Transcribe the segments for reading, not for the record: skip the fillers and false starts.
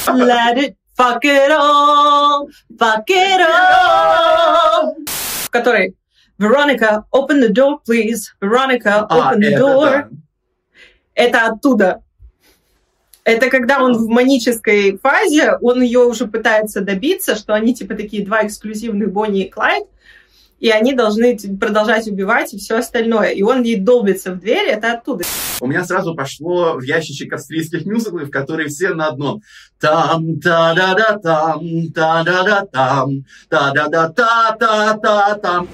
Let it fuck it all, в которой Veronica, open the door, please. Veronica, open the door. Да. Это оттуда. Это когда он в манической фазе, он ее уже пытается добиться, что они типа такие два эксклюзивных Бонни и Клайд, и они должны продолжать убивать и все остальное. И он ей долбится в дверь, это оттуда. У меня сразу пошло в ящичек австрийских мюзиклов, которые все на одном. Там, та-да-да-там, та-да-да-там, та-да-да-та-та-та-там.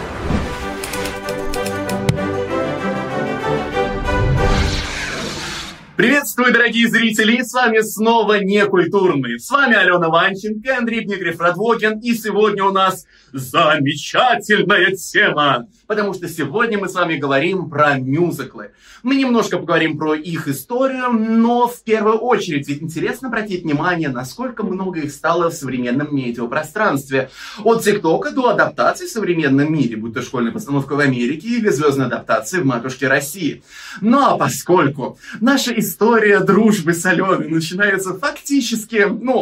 Приветствую, дорогие зрители, с вами снова Некультурный. С вами Алена Ванченко, Андрей Дмитриев-Радвогин, и сегодня у нас замечательная тема, потому что сегодня мы с вами говорим про мюзиклы. Мы немножко поговорим про их историю, но в первую очередь ведь интересно обратить внимание, насколько много их стало в современном медиапространстве. От ТикТока до адаптаций в современном мире, будь то школьная постановка в Америке или звездная адаптация в «Матушке России». Ну а поскольку наша история дружбы с Аленой начинается фактически,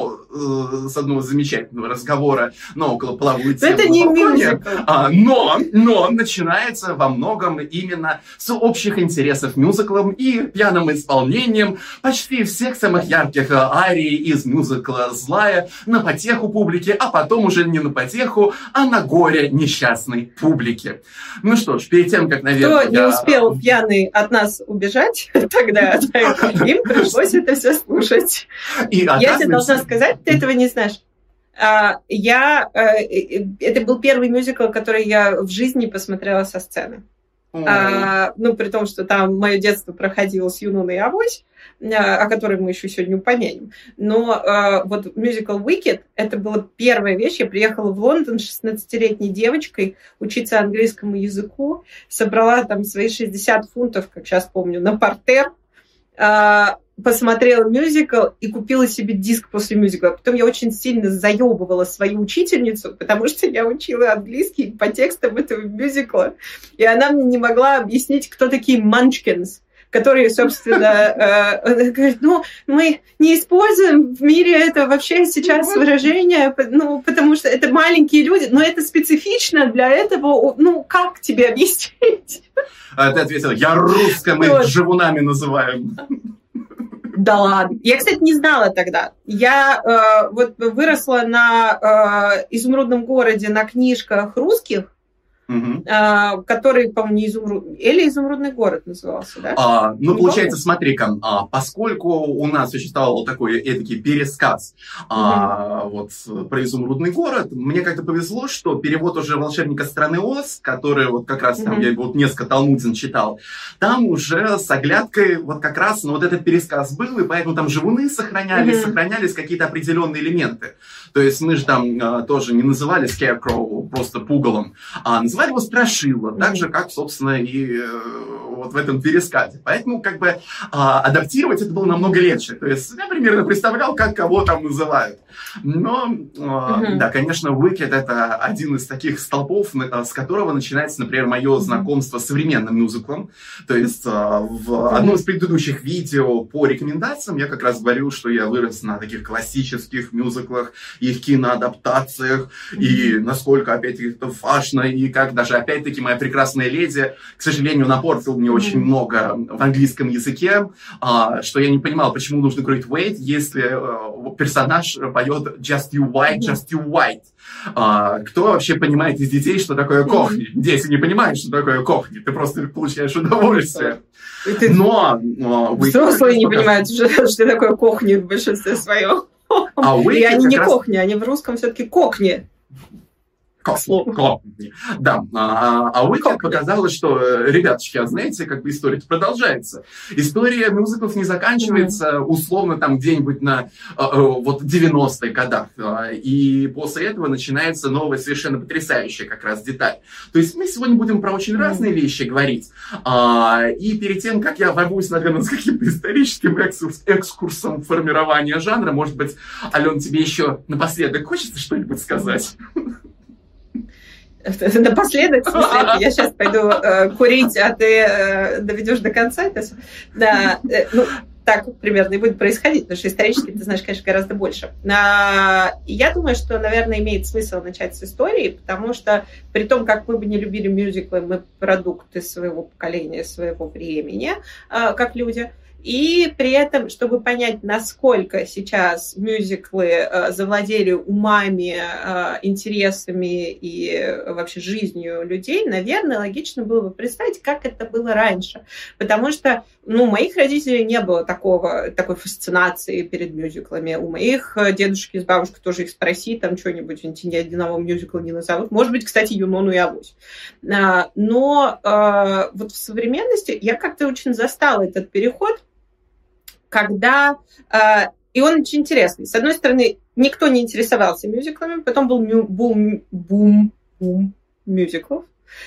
с одного замечательного разговора на околополовую тему. Это не мюзикл. Но начинается во многом именно с общих интересов мюзиклом и пьяным исполнением почти всех самых ярких арий из мюзикла «Злая» на потеху публики, а потом уже не на потеху, а на горе несчастной публики. Ну что ж, перед тем, как, наверное... Кто не успел пьяный от нас убежать, тогда им пришлось это все слушать. Я тебе должна сказать, ты этого не знаешь. Это был первый мюзикл, который я в жизни посмотрела со сцены. При том, что там мое детство проходило с «Юнона и Авось», о которой мы еще сегодня упомянем. Но вот мюзикл «Wicked» — это была первая вещь. Я приехала в Лондон 16-летней девочкой учиться английскому языку, собрала там свои 60 фунтов, как сейчас помню, на партер, посмотрела мюзикл и купила себе диск после мюзикла. Потом я очень сильно заебывала свою учительницу, потому что я учила английский по текстам этого мюзикла, и она мне не могла объяснить, кто такие Munchkins, которые, собственно, говорят, мы не используем в мире это вообще сейчас выражение, потому что это маленькие люди, но это специфично для этого, как тебе объяснить? А ты ответила, я русская, мы их живунами называем. Да ладно. Я, кстати, не знала тогда. Я выросла на «Изумрудном городе» на книжках русских, который, по-моему, не или «Изумрудный город» назывался, да? Получается, смотри-ка, поскольку у нас существовал такой эдакий пересказ про «Изумрудный город», мне как-то повезло, что перевод уже «Волшебника страны Оз», который как раз там, я несколько талмудин читал, там уже с оглядкой как раз этот пересказ был, и поэтому там живуны сохранялись какие-то определенные элементы. То есть мы же там тоже не называли Scarecrow просто пугалом, а называли его Страшила, так же, как, собственно, и в этом пересказе. Поэтому, адаптировать это было намного легче. То есть я примерно представлял, как кого там называют. Но, да, конечно, Wicked — это один из таких столпов, с которого начинается, например, мое знакомство с современным мюзиклом. То есть в одном из предыдущих видео по рекомендациям я как раз говорил, что я вырос на таких классических мюзиклах, их киноадаптациях, и насколько, опять-таки, это важно, и как даже, опять-таки, «Моя прекрасная леди», к сожалению, напортил мне очень много в английском языке, что я не понимал, почему нужно говорить «wait», если персонаж поет «just you white». Кто вообще понимает из детей, что такое кохни? Дети не понимают, что такое кохни, ты просто получаешь удовольствие. Но взрослые не понимают, что такое кохни в большинстве своем. И они не кохни, они в русском все-таки кокни. Да. А Wicked показалось, что, ребяточки, знаете, история продолжается. История мюзиклов не заканчивается условно там где-нибудь на 90-х годах. И после этого начинается новая, совершенно потрясающая как раз деталь. То есть мы сегодня будем про очень разные вещи говорить. И перед тем, как я ворвусь, наверное, с каким-то историческим экскурсом формирования жанра, может быть, Ален, тебе еще напоследок хочется что-нибудь сказать? Напоследок, в смысле, я сейчас пойду курить, а ты доведешь до конца это? Да, так примерно и будет происходить, потому что исторически ты знаешь, конечно, гораздо больше. Я думаю, что, наверное, имеет смысл начать с истории, потому что при том, как мы бы не любили мюзиклы, мы продукты своего поколения, своего времени, как люди. И при этом, чтобы понять, насколько сейчас мюзиклы завладели умами, интересами и вообще жизнью людей, наверное, логично было бы представить, как это было раньше. Потому что у моих родителей не было такой фасцинации перед мюзиклами. У моих дедушки с бабушкой тоже их спроси, там что-нибудь, ни одного мюзикла не назовут. Может быть, кстати, Юнону и Авось. Но вот в современности я как-то очень застала этот переход, когда... И он очень интересный. С одной стороны, никто не интересовался мюзиклами, потом был бум мюзиклов.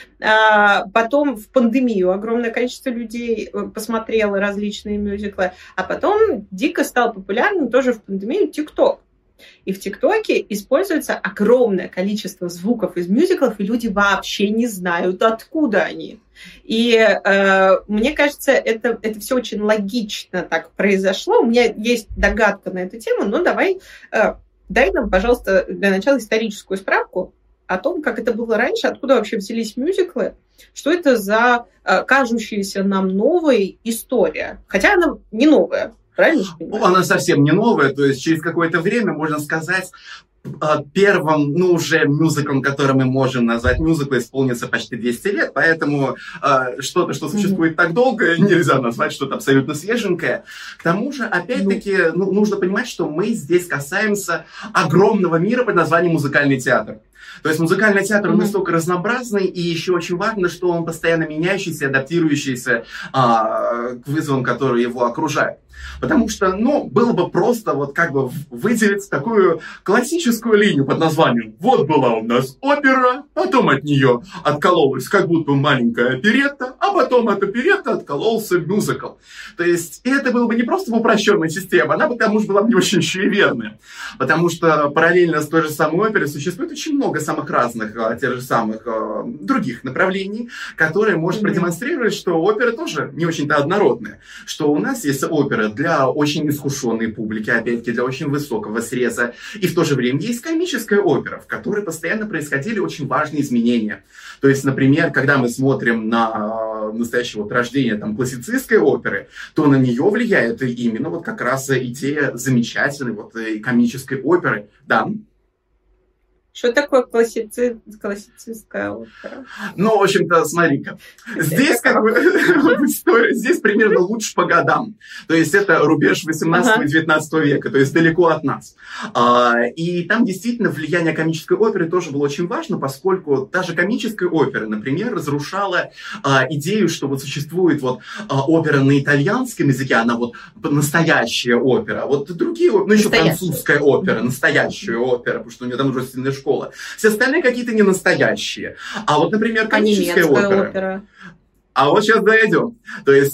Потом в пандемию огромное количество людей посмотрело различные мюзиклы. А потом дико стал популярным тоже в пандемию ТикТок. И в ТикТоке используется огромное количество звуков из мюзиклов, и люди вообще не знают, откуда они. И мне кажется, это все очень логично так произошло. У меня есть догадка на эту тему, но дай нам, пожалуйста, для начала историческую справку о том, как это было раньше, откуда вообще взялись мюзиклы, что это за кажущаяся нам новая история. Хотя она не новая. Она совсем не новая, то есть через какое-то время, можно сказать, первым, уже мюзиклом, который мы можем назвать мюзиклом, исполнится почти 200 лет, поэтому что-то, что существует так долго, нельзя назвать что-то абсолютно свеженькое. К тому же, опять-таки, нужно понимать, что мы здесь касаемся огромного мира под названием музыкальный театр. То есть музыкальный театр настолько разнообразный, и еще очень важно, что он постоянно меняющийся, адаптирующийся к вызовам, которые его окружают. Потому что, было бы просто выделить такую классическую линию под названием «Вот была у нас опера, потом от нее откололась как будто маленькая оперетта, а потом от оперетты откололся мюзикл». То есть это было бы не просто упрощенная система, она бы к тому же была бы не очень суеверная. Потому что параллельно с той же самой оперой существует очень много самых разных, тех же самых других направлений, которые может продемонстрировать, что опера тоже не очень-то однородная. Что у нас есть опера для очень искушенной публики, опять-таки для очень высокого среза. И в то же время есть комическая опера, в которой постоянно происходили очень важные изменения. То есть, например, когда мы смотрим на настоящее рождение классицистской оперы, то на нее влияет именно как раз идея замечательной комической оперы. Да. Что такое классицистская опера? В общем-то, смотри-ка. Здесь история, здесь примерно лучше по годам. То есть это рубеж 18 и 19 века, то есть далеко от нас. И там действительно влияние комической оперы тоже было очень важно, поскольку даже комическая опера, например, разрушала идею, что существует опера на итальянском языке, она настоящая опера. Другие, еще французская опера, настоящая опера, потому что у нее там уже сильная школа. Все остальные какие-то не настоящие. А например, комическая опера. А сейчас дойдем. То есть,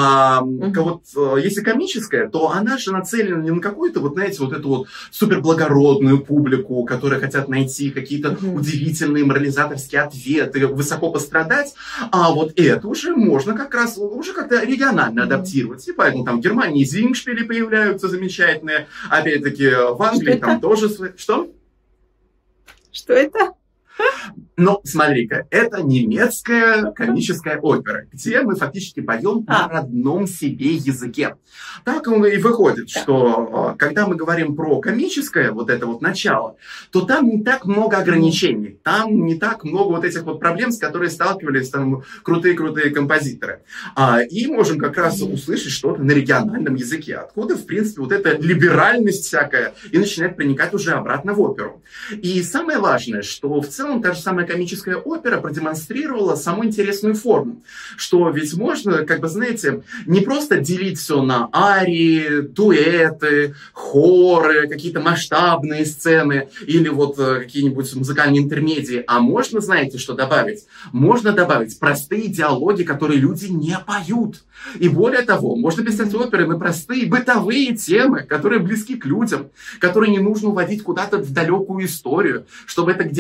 если комическая, то она же нацелена не на какую-то, эту суперблагородную публику, которые хотят найти какие-то удивительные морализаторские ответы, высоко пострадать, а это уже можно как раз уже как-то регионально адаптировать. И поэтому в Германии зингшпили появляются замечательные, опять-таки в Англии там тоже... Что? Что это? Смотри-ка, это немецкая комическая опера, где мы фактически поем на родном себе языке. Так оно и выходит, что когда мы говорим про комическое это начало, то там не так много ограничений, там не так много этих проблем, с которыми сталкивались крутые композиторы. И можем как раз услышать что-то на региональном языке, откуда, в принципе, эта либеральность всякая и начинает проникать уже обратно в оперу. И самое важное, что в целом та же самая комическая опера продемонстрировала самую интересную форму, что ведь можно, не просто делить все на арии, дуэты, хоры, какие-то масштабные сцены или какие-нибудь музыкальные интермедии, а можно, знаете, что добавить? Можно добавить простые диалоги, которые люди не поют. И более того, можно писать оперы на простые бытовые темы, которые близки к людям, которые не нужно уводить куда-то в далекую историю, чтобы это где не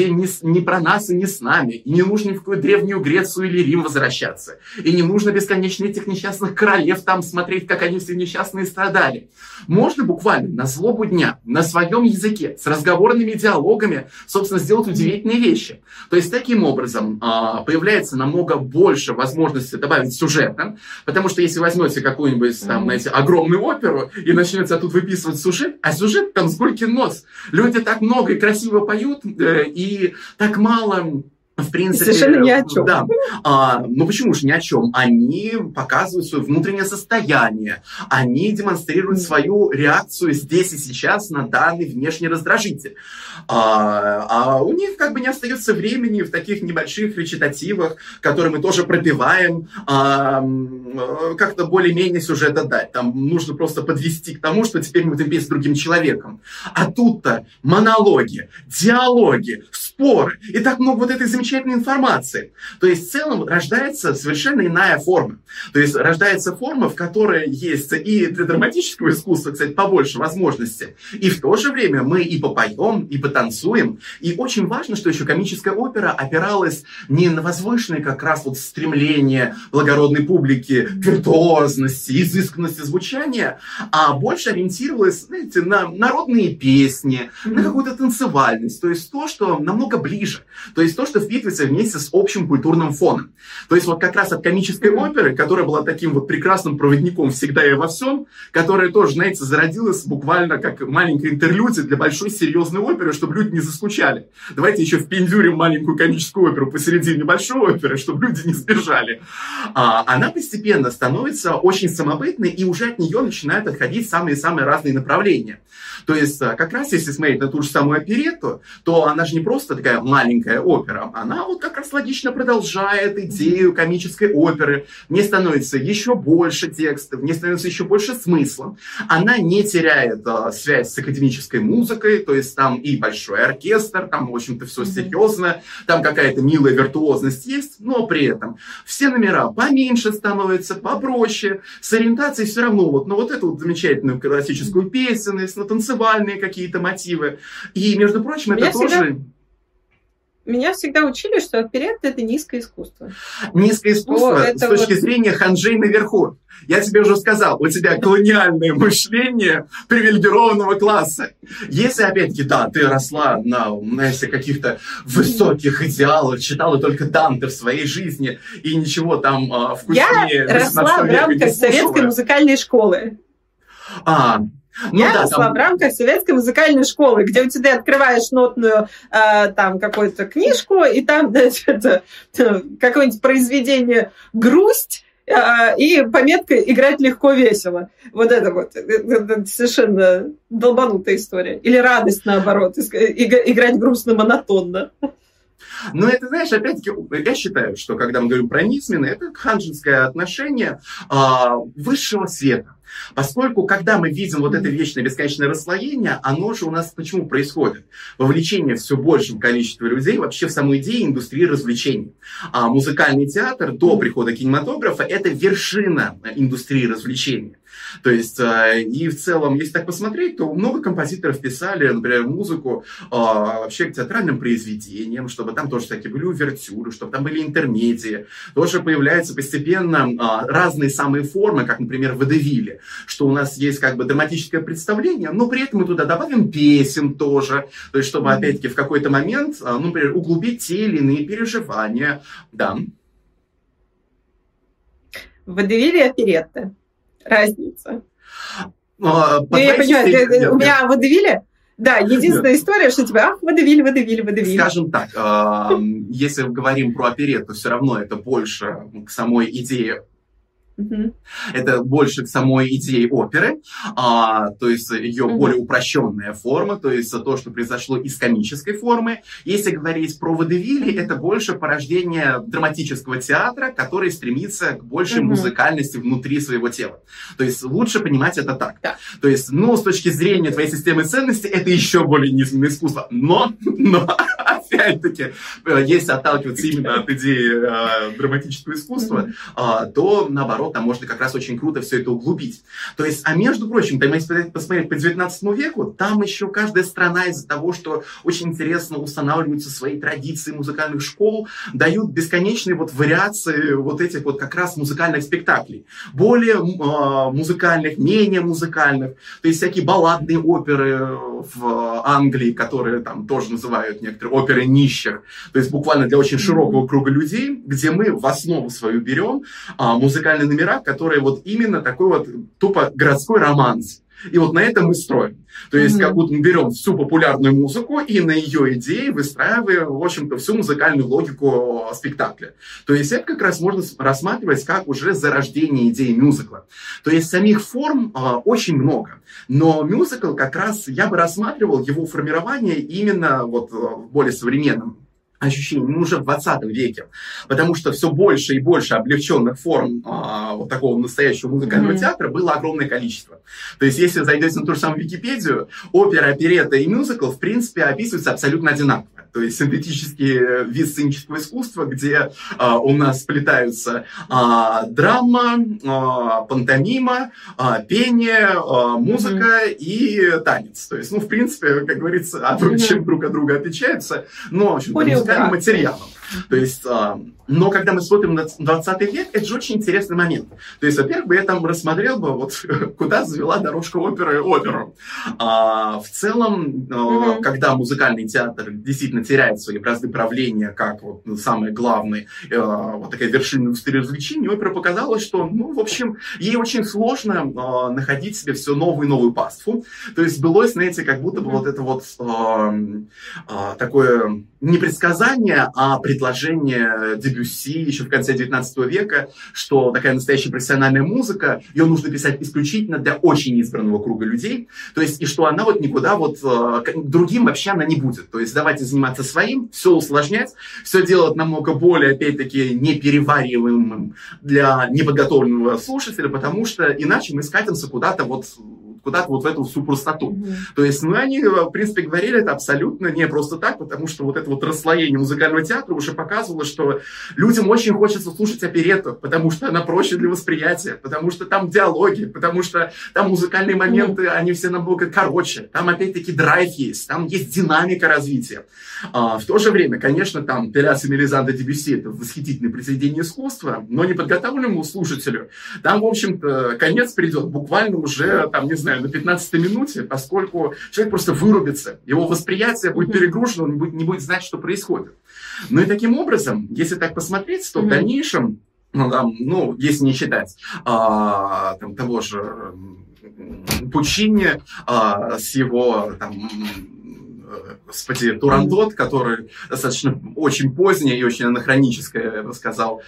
не про нас и не с нами. И не нужно ни в какую древнюю Грецию или Рим возвращаться. И не нужно бесконечно этих несчастных королев там смотреть, как они все несчастные страдали. Можно буквально на злобу дня, на своем языке, с разговорными диалогами, собственно, сделать удивительные вещи. То есть, таким образом, появляется намного больше возможности добавить сюжета, потому что если возьмете какую-нибудь, там, знаете, огромную оперу и начнете оттуда выписывать сюжет, а сюжет там с гулькин нос. Люди так много и красиво поют, и так мало... В принципе, совершенно ни о чем. Да. Ну почему же ни о чем? Они показывают свое внутреннее состояние. Они демонстрируют свою реакцию здесь и сейчас на данный внешний раздражитель. А у них как бы не остается времени в таких небольших речитативах, которые мы тоже пропеваем, как-то более-менее сюжет отдать. Там нужно просто подвести к тому, что теперь мы будем петь с другим человеком. А тут-то монологи, диалоги, споры и так много вот этой замечательной информации. То есть в целом рождается совершенно иная форма. То есть рождается форма, в которой есть и для драматического искусства, кстати, побольше возможностей, и в то же время мы и попоем, и потанцуем. И очень важно, что еще комическая опера опиралась не на возвышенное как раз вот стремление благородной публики к виртуозности, изысканности звучания, а больше ориентировалась, знаете, на народные песни, на какую-то танцевальность. То есть то, что намного ближе. То есть то, что впитывается вместе с общим культурным фоном. То есть вот как раз от комической оперы, которая была таким вот прекрасным проводником всегда и во всем, которая тоже, знаете, зародилась буквально как маленькая интерлюдия для большой серьезной оперы, чтобы люди не заскучали. Давайте еще впендюрим маленькую комическую оперу посередине большой оперы, чтобы люди не сбежали. Она постепенно становится очень самобытной, и уже от нее начинают отходить самые-самые разные направления. То есть как раз если смотреть на ту же самую оперетту, то она же не просто такая маленькая опера, она вот как раз логично продолжает идею комической оперы. В ней становится еще больше текста, в ней становится еще больше смысла. Она не теряет связь с академической музыкой, то есть там и большой оркестр, там, в общем-то, все серьезно, там какая-то милая виртуозность есть, но при этом все номера поменьше становятся, попроще, с ориентацией все равно вот, но вот эту вот замечательную классическую песенность, на танцевальные какие-то мотивы. И, между прочим, это тоже... Меня всегда учили, что оперетта — это низкое искусство. Низкое искусство с точки зрения ханжей наверху. Я тебе уже сказал, у тебя колониальное мышление привилегированного класса. Если, опять-таки, да, ты росла на каких-то высоких идеалах, читала только Данте в своей жизни и ничего там вкуснее... Я росла в рамках советской музыкальной школы. Я росла в рамках советской музыкальной школы, где у тебя открываешь нотную там какую-то книжку, и там, значит, какое-нибудь произведение «Грусть», и пометка «Играть легко, весело». Вот это вот это совершенно долбанутая история. Или радость, наоборот, играть грустно, монотонно. Но это, знаешь, опять-таки, я считаю, что когда мы говорим про низменное, это ханжеское отношение высшего света. Поскольку, когда мы видим вот это вечное бесконечное расслоение, оно же у нас почему происходит? Вовлечение все большего количества людей вообще в саму идею индустрии развлечений. А музыкальный театр до прихода кинематографа – это вершина индустрии развлечений. То есть, и в целом, если так посмотреть, то много композиторов писали, например, музыку вообще к театральным произведениям, чтобы там тоже всякие были увертюры, чтобы там были интермедии. Тоже появляются постепенно разные самые формы, как, например, в водевиле, что у нас есть как бы драматическое представление, но при этом мы туда добавим песен тоже, то есть, чтобы, опять-таки, в какой-то момент, например, углубить те или иные переживания. Да. В водевиле оперетта. Разница. Я понимаю, у меня водевиле, да, единственная история, что тебя, водевиль. Скажем так, если говорим про оперетту, все равно это больше к самой идее. Это больше к самой идее оперы, то есть ее более упрощенная форма, то есть то, что произошло из комической формы. Если говорить про водевили, это больше порождение драматического театра, который стремится к большей музыкальности внутри своего тела. То есть лучше понимать это так. Да. То есть, с точки зрения твоей системы ценностей, это еще более низменное искусство. Но опять-таки, если отталкиваться именно от идеи драматического искусства, то, наоборот, там можно как раз очень круто все это углубить. То есть, а между прочим, там, если посмотреть по 19 веку, там еще каждая страна из-за того, что очень интересно устанавливаются свои традиции музыкальных школ, дают бесконечные вот вариации вот этих вот как раз музыкальных спектаклей. Более музыкальных, менее музыкальных. То есть всякие балладные оперы в Англии, которые там тоже называют некоторые оперы нищих. То есть буквально для очень широкого круга людей, где мы в основу свою берем музыкальные номера, которые вот именно такой вот тупо городской романс. И вот на этом мы строим. То есть, как будто мы берем всю популярную музыку и на ее идеи выстраиваем, в общем-то, всю музыкальную логику спектакля. То есть, это как раз можно рассматривать как уже зарождение идеи мюзикла. То есть, самих форм очень много. Но мюзикл как раз я бы рассматривал его формирование именно вот в более современном ощущение, уже в 20 веке, потому что все больше и больше облегченных форм вот такого настоящего музыкального театра было огромное количество. То есть, если зайдете на ту же самую Википедию, опера, оперетта и мюзикл, в принципе, описываются абсолютно одинаково. То есть, синтетический вид сценического искусства, где у нас сплетаются драма, пантомима, пение, музыка и танец. То есть, ну, в принципе, как говорится, чем друг от друга отличаются, но, в общем-то, материалом. То есть, но когда мы смотрим на 20 век, это же очень интересный момент. То есть, во-первых, я там рассмотрел бы, вот куда завела дорожка оперу. В целом, когда музыкальный театр действительно теряет свои бразды правления, как вот самый главный, вот такая вершина индустрии развлечений, опера показала, что, ну, в общем, ей очень сложно находить себе все новую и новую паству. То есть, было, знаете, как будто бы вот это вот такое не предсказание, а предложение Дебюсси еще в конце 19 века, что такая настоящая профессиональная музыка, ее нужно писать исключительно для очень избранного круга людей, то есть и что она вот никуда вот другим вообще она не будет. То есть давайте заниматься своим, все усложнять, все делать намного более, опять-таки, неперевариваемым для неподготовленного слушателя, потому что иначе мы скатимся куда-то вот в эту всю простоту. То есть, ну, они, в принципе, говорили это абсолютно не просто так, потому что вот это вот расслоение музыкального театра уже показывало, что людям очень хочется слушать оперетту, потому что она проще для восприятия, потому что там диалоги, потому что там музыкальные моменты, они все намного короче, там, опять-таки, драйв есть, там есть динамика развития. В то же время, конечно, там «Пелляс и Мелизанда» Дебюсси — это восхитительное произведение искусства, но неподготовленному слушателю там, в общем-то, конец придет буквально уже, там, не знаю, на 15-й минуте, поскольку человек просто вырубится, его восприятие будет перегружено, он не будет знать, что происходит. Ну и таким образом, если так посмотреть, то в дальнейшем, ну, если не считать там, того же Пуччини с его там, господи, Турандот, который достаточно очень поздняя и очень анахроническая, я бы сказал,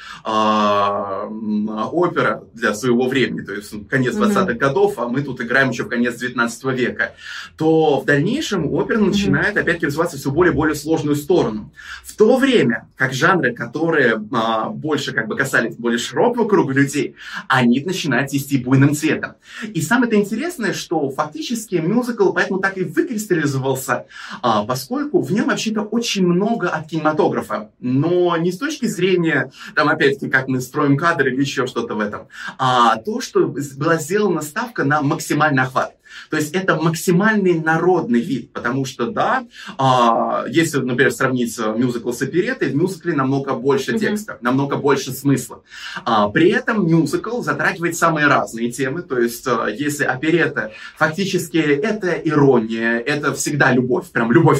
опера для своего времени, то есть конец 20-х годов, а мы тут играем еще в конец 19 века, то в дальнейшем опера начинает опять-таки развиваться все более и более сложную сторону. В то время, как жанры, которые больше как бы касались более широкого круга людей, они начинают тести буйным цветом. И самое-то интересное, что фактически мюзикл поэтому так и выкристаллизовался, поскольку в нем вообще-то очень много от кинематографа, но не с точки зрения, там, опять-таки, как мы строим кадры или еще что-то в этом, а то, что была сделана ставка на максимальный охват. То есть это максимальный народный вид, потому что, да, если, например, сравнить мюзикл с опереттой, в мюзикле намного больше текста, намного больше смысла. При этом мюзикл затрагивает самые разные темы, то есть если оперетта фактически это ирония, это всегда любовь, прям любовь,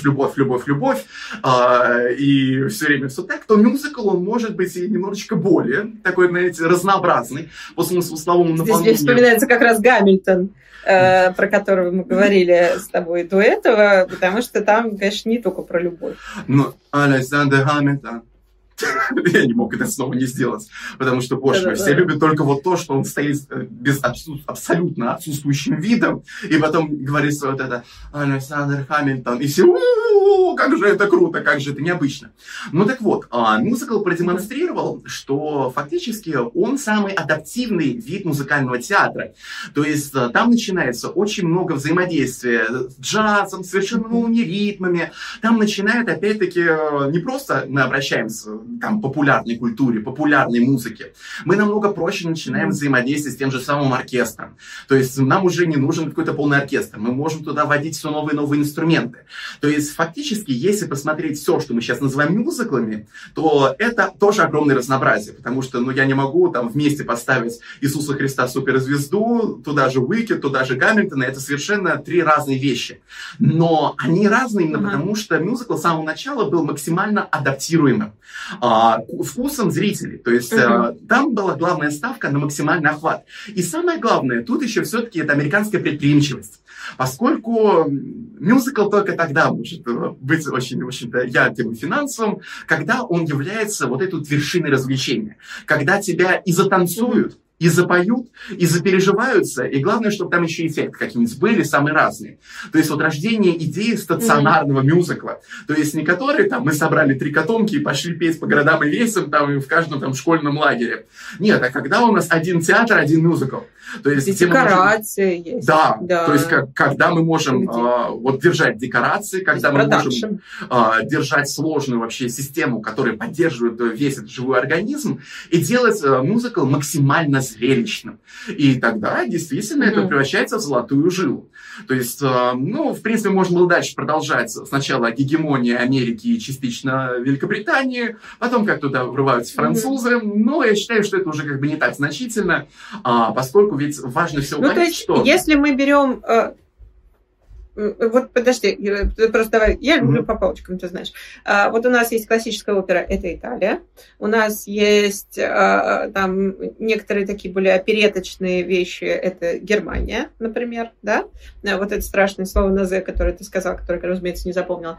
и все время все так, то мюзикл, он может быть и немножечко более такой, знаете, разнообразный по смыслу словому наполнению. Здесь вспоминается как раз Гамильтон, про которого мы говорили с тобой до этого, потому что там, конечно, не только про любовь. Ну, Александр Гамильтон. Я не мог это снова не сделать, потому что, боже мой, все любят только вот то, что он стоит без абсолютно отсутствующим видом, и потом говорит вот это Александр Хамильтон, и все, как же это круто, как же это необычно. Ну так вот, мюзикл продемонстрировал, что фактически он самый адаптивный вид музыкального театра. То есть там начинается очень много взаимодействия с джазом, совершенно новыми ритмами. Там начинает, опять-таки, не просто мы обращаемся к популярной культуре, популярной музыке. Мы намного проще начинаем взаимодействовать с тем же самым оркестром. То есть нам уже не нужен какой-то полный оркестр. Мы можем туда вводить все новые и новые инструменты. То есть фактически, если посмотреть все, что мы сейчас называем мюзиклами, то это тоже огромное разнообразие. Потому что я не могу там вместе поставить Иисуса Христа суперзвезду, туда же Уикед, туда же Гамильтона. Это совершенно три разные вещи. Но они разные именно потому, что мюзикл с самого начала был максимально адаптируемым вкусом зрителей. То есть там была главная ставка на максимальный охват. И самое главное, тут еще все-таки это американская предприимчивость. Поскольку мюзикл только тогда может быть очень, в общем-то, ярким и финансовым, когда он является вот этой вот вершиной развлечения. Когда тебя и затанцуют, и запоют, и запереживаются, и главное, чтобы там еще эффекты какие-нибудь были, самые разные. То есть вот рождение идеи стационарного мюзикла. То есть не который там мы собрали 3 котомки и пошли петь по городам и весям там, и в каждом там школьном лагере. Нет, а когда у нас один театр, один мюзикл. То есть декорации можем... есть. Да, то есть когда мы можем держать декорации, когда мы можем держать сложную вообще систему, которая поддерживает весь этот живой организм, и делать мюзикл максимально зрелищным. И тогда действительно это превращается в золотую жилу. То есть, в принципе, можно было дальше продолжать сначала гегемония Америки и частично Великобритании, потом как туда врываются французы, но я считаю, что это уже как бы не так значительно, поскольку ведь важно все понять, что... Если мы берем... Вот подожди, просто давай, я люблю по палочкам, ты знаешь. Вот у нас есть классическая опера, это Италия. У нас есть там некоторые такие более опереточные вещи, это Германия, например, да? Вот это страшное слово на «з», которое ты сказал, которое, разумеется, не запомнила.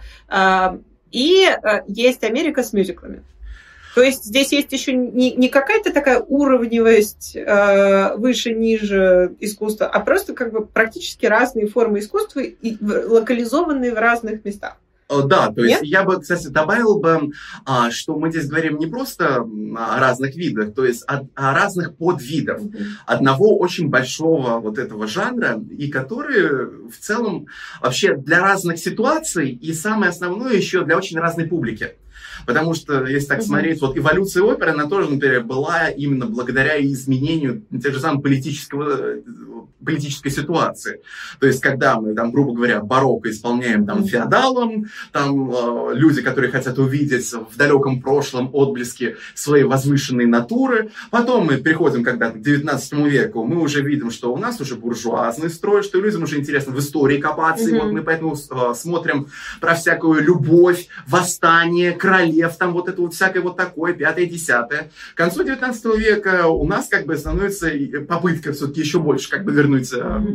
И есть Америка с мюзиклами. То есть здесь есть еще не какая-то такая уровневость выше-ниже искусства, а просто как бы практически разные формы искусства, локализованные в разных местах. Да, то есть я бы, кстати, добавил бы, что мы здесь говорим не просто о разных видах, то есть о разных подвидах одного очень большого вот этого жанра, и которые в целом вообще для разных ситуаций, и самое основное еще для очень разной публики. Потому что, если так смотреть, вот эволюция оперы, она тоже, например, была именно благодаря изменению тех же самых политической ситуации. То есть, когда мы, там, грубо говоря, барокко исполняем там, феодалам, там люди, которые хотят увидеть в далеком прошлом отблески своей возвышенной натуры, потом мы переходим когда-то к 19 веку, мы уже видим, что у нас уже буржуазный строй, что людям уже интересно в истории копаться, и вот мы поэтому смотрим про всякую любовь, восстание, королев, там вот это вот всякое вот такое, 5-10. К концу 19 века у нас как бы становится попытка все-таки еще больше как бы вернуть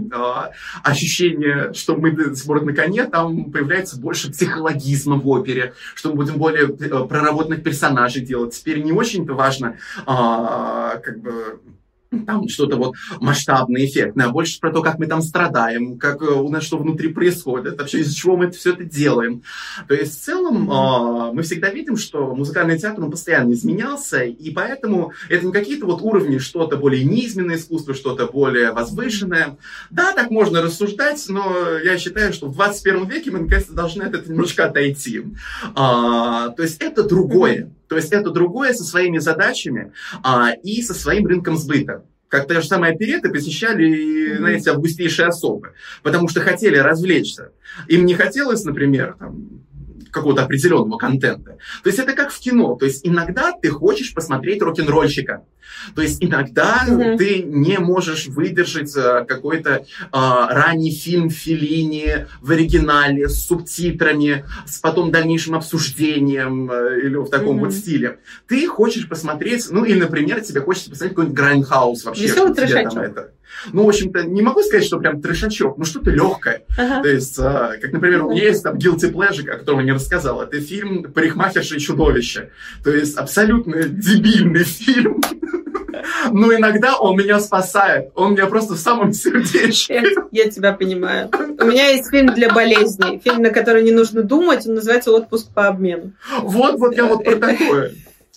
ощущение, что мы до сих пор на коне, там появляется больше психологизма в опере, что мы будем более проработанных персонажей делать. Теперь не очень-то важно как бы там что-то вот масштабное, эффектное, а больше про то, как мы там страдаем, как у нас что внутри происходит, вообще из-за чего мы все это делаем. То есть в целом мы всегда видим, что музыкальный театр, он постоянно изменялся, и поэтому это не какие-то вот уровни, что-то более низменное искусство, что-то более возвышенное. Да, так можно рассуждать, но я считаю, что в 21 веке мы наконец-то должны от этого немножко отойти. То есть это другое. То есть это другое со своими задачами и со своим рынком сбыта. Как те же самые опереты посещали, знаете, августейшие особы, потому что хотели развлечься. Им не хотелось, например, там, какого-то определенного контента. То есть это как в кино. То есть иногда ты хочешь посмотреть рок-н-ролльщика. То есть иногда ты не можешь выдержать какой-то ранний фильм Феллини в оригинале с субтитрами, с потом дальнейшим обсуждением или в таком вот стиле. Ты хочешь посмотреть, ну или, например, тебе хочется посмотреть какой-нибудь Грайндхаус вообще. Веселый трешачок. Ну, в общем-то, не могу сказать, что прям трешачок, но что-то легкое. То есть, как, например, у меня есть там guilty pleasure, о котором я не рассказал, это фильм «Парикмахерша и чудовище». То есть абсолютно дебильный фильм. Но иногда он меня спасает. Он меня просто в самом сердечке. Я тебя понимаю. У меня есть фильм для болезней. Фильм, на который не нужно думать. Он называется «Отпуск по обмену». Вот я вот про такое.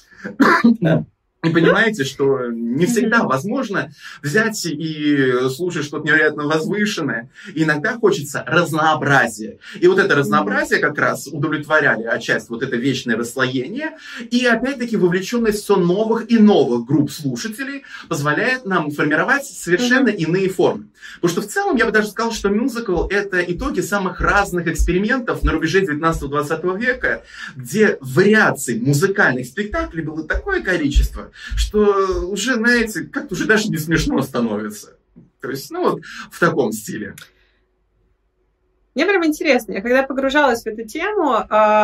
И понимаете, что не всегда возможно взять и слушать что-то невероятно возвышенное. И иногда хочется разнообразия. И вот это разнообразие как раз удовлетворяли отчасти вот это вечное расслоение. И опять-таки вовлеченность все новых и новых групп слушателей позволяет нам формировать совершенно иные формы. Потому что в целом я бы даже сказал, что мюзикл — это итоги самых разных экспериментов на рубеже 19-20 века, где вариаций музыкальных спектаклей было такое количество, что уже, знаете, как-то уже даже не смешно становится. То есть, вот в таком стиле. Мне прям интересно. Я когда погружалась в эту тему,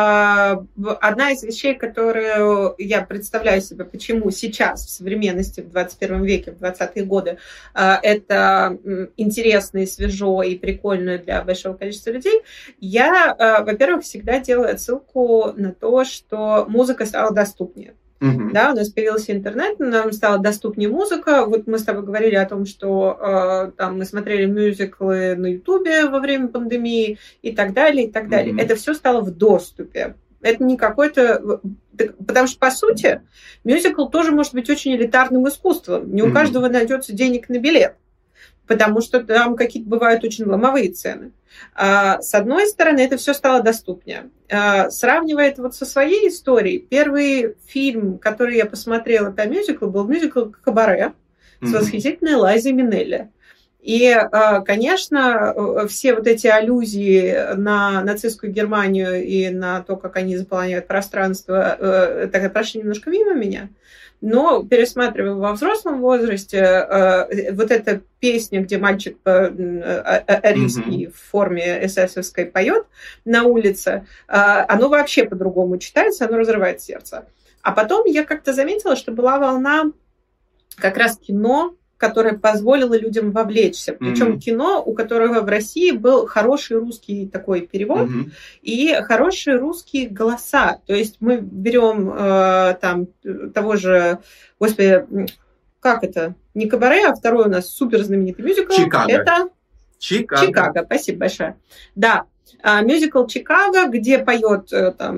одна из вещей, которую я представляю себе, почему сейчас, в современности, в 21 веке, в 20-е годы, это интересно и свежо, и прикольно для большого количества людей, я, во-первых, всегда делаю отсылку на то, что музыка стала доступнее. Да, у нас появился интернет, нам стала доступнее музыка. Вот мы с тобой говорили о том, что там мы смотрели мюзиклы на Ютубе во время пандемии и так далее, и так далее. Это все стало в доступе. Это не какой-то... Потому что, по сути, мюзикл тоже может быть очень элитарным искусством. Не у каждого найдется денег на билет, потому что там какие-то бывают очень ломовые цены. С одной стороны, это все стало доступнее. Сравнивая это вот со своей историей, первый фильм, который я посмотрела по мюзиклу, был мюзикл «Кабаре» с восхитительной Лайзой Минелли. И, конечно, все вот эти аллюзии на нацистскую Германию и на то, как они заполняют пространство, так прошли немножко мимо меня. Но, пересматривая во взрослом возрасте, вот эта песня, где мальчик арийский в форме эсэсовской поет на улице, оно вообще по-другому читается, оно разрывает сердце. А потом я как-то заметила, что была волна как раз кино, которое позволило людям вовлечься. Причем кино, у которого в России был хороший русский такой перевод и хорошие русские голоса. То есть мы берем там того же, господи, как это? Не «Кабаре», а второй у нас супер знаменитый мюзикл. «Чикаго». Это «Чикаго». Спасибо большое. Да. Мюзикл «Чикаго», где поет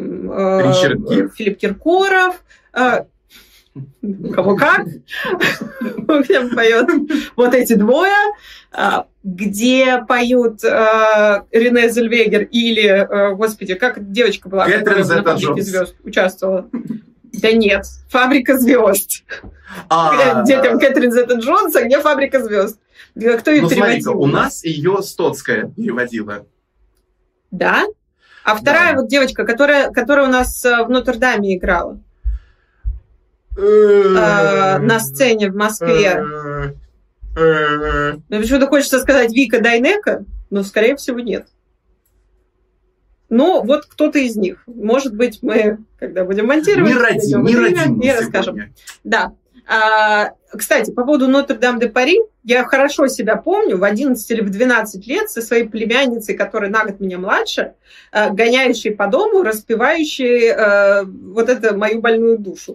Филипп Киркоров. Кого как, где поет вот эти двое, где поют Рене Зельвегер или, господи, как девочка была, которая на «Фабрике звезд» участвовала. Да нет, «Фабрика звезд». Где там Кэтрин Зета-Джонс, а где «Фабрика звезд»? Кто ее переводил? У нас ее Стоцкая переводила. Да? А вторая вот девочка, которая у нас в Нотр-Даме играла. На сцене в Москве. Почему-то хочется сказать Вика Дайнеко, но, скорее всего, нет. Но вот кто-то из них. Может быть, мы, когда будем монтировать, не расскажем. Да. Кстати, по поводу Нотр-Дам-де-Пари, я хорошо себя помню в 11 или в 12 лет со своей племянницей, которая на год меня младше, гоняющей по дому, распевающей вот это мою больную душу.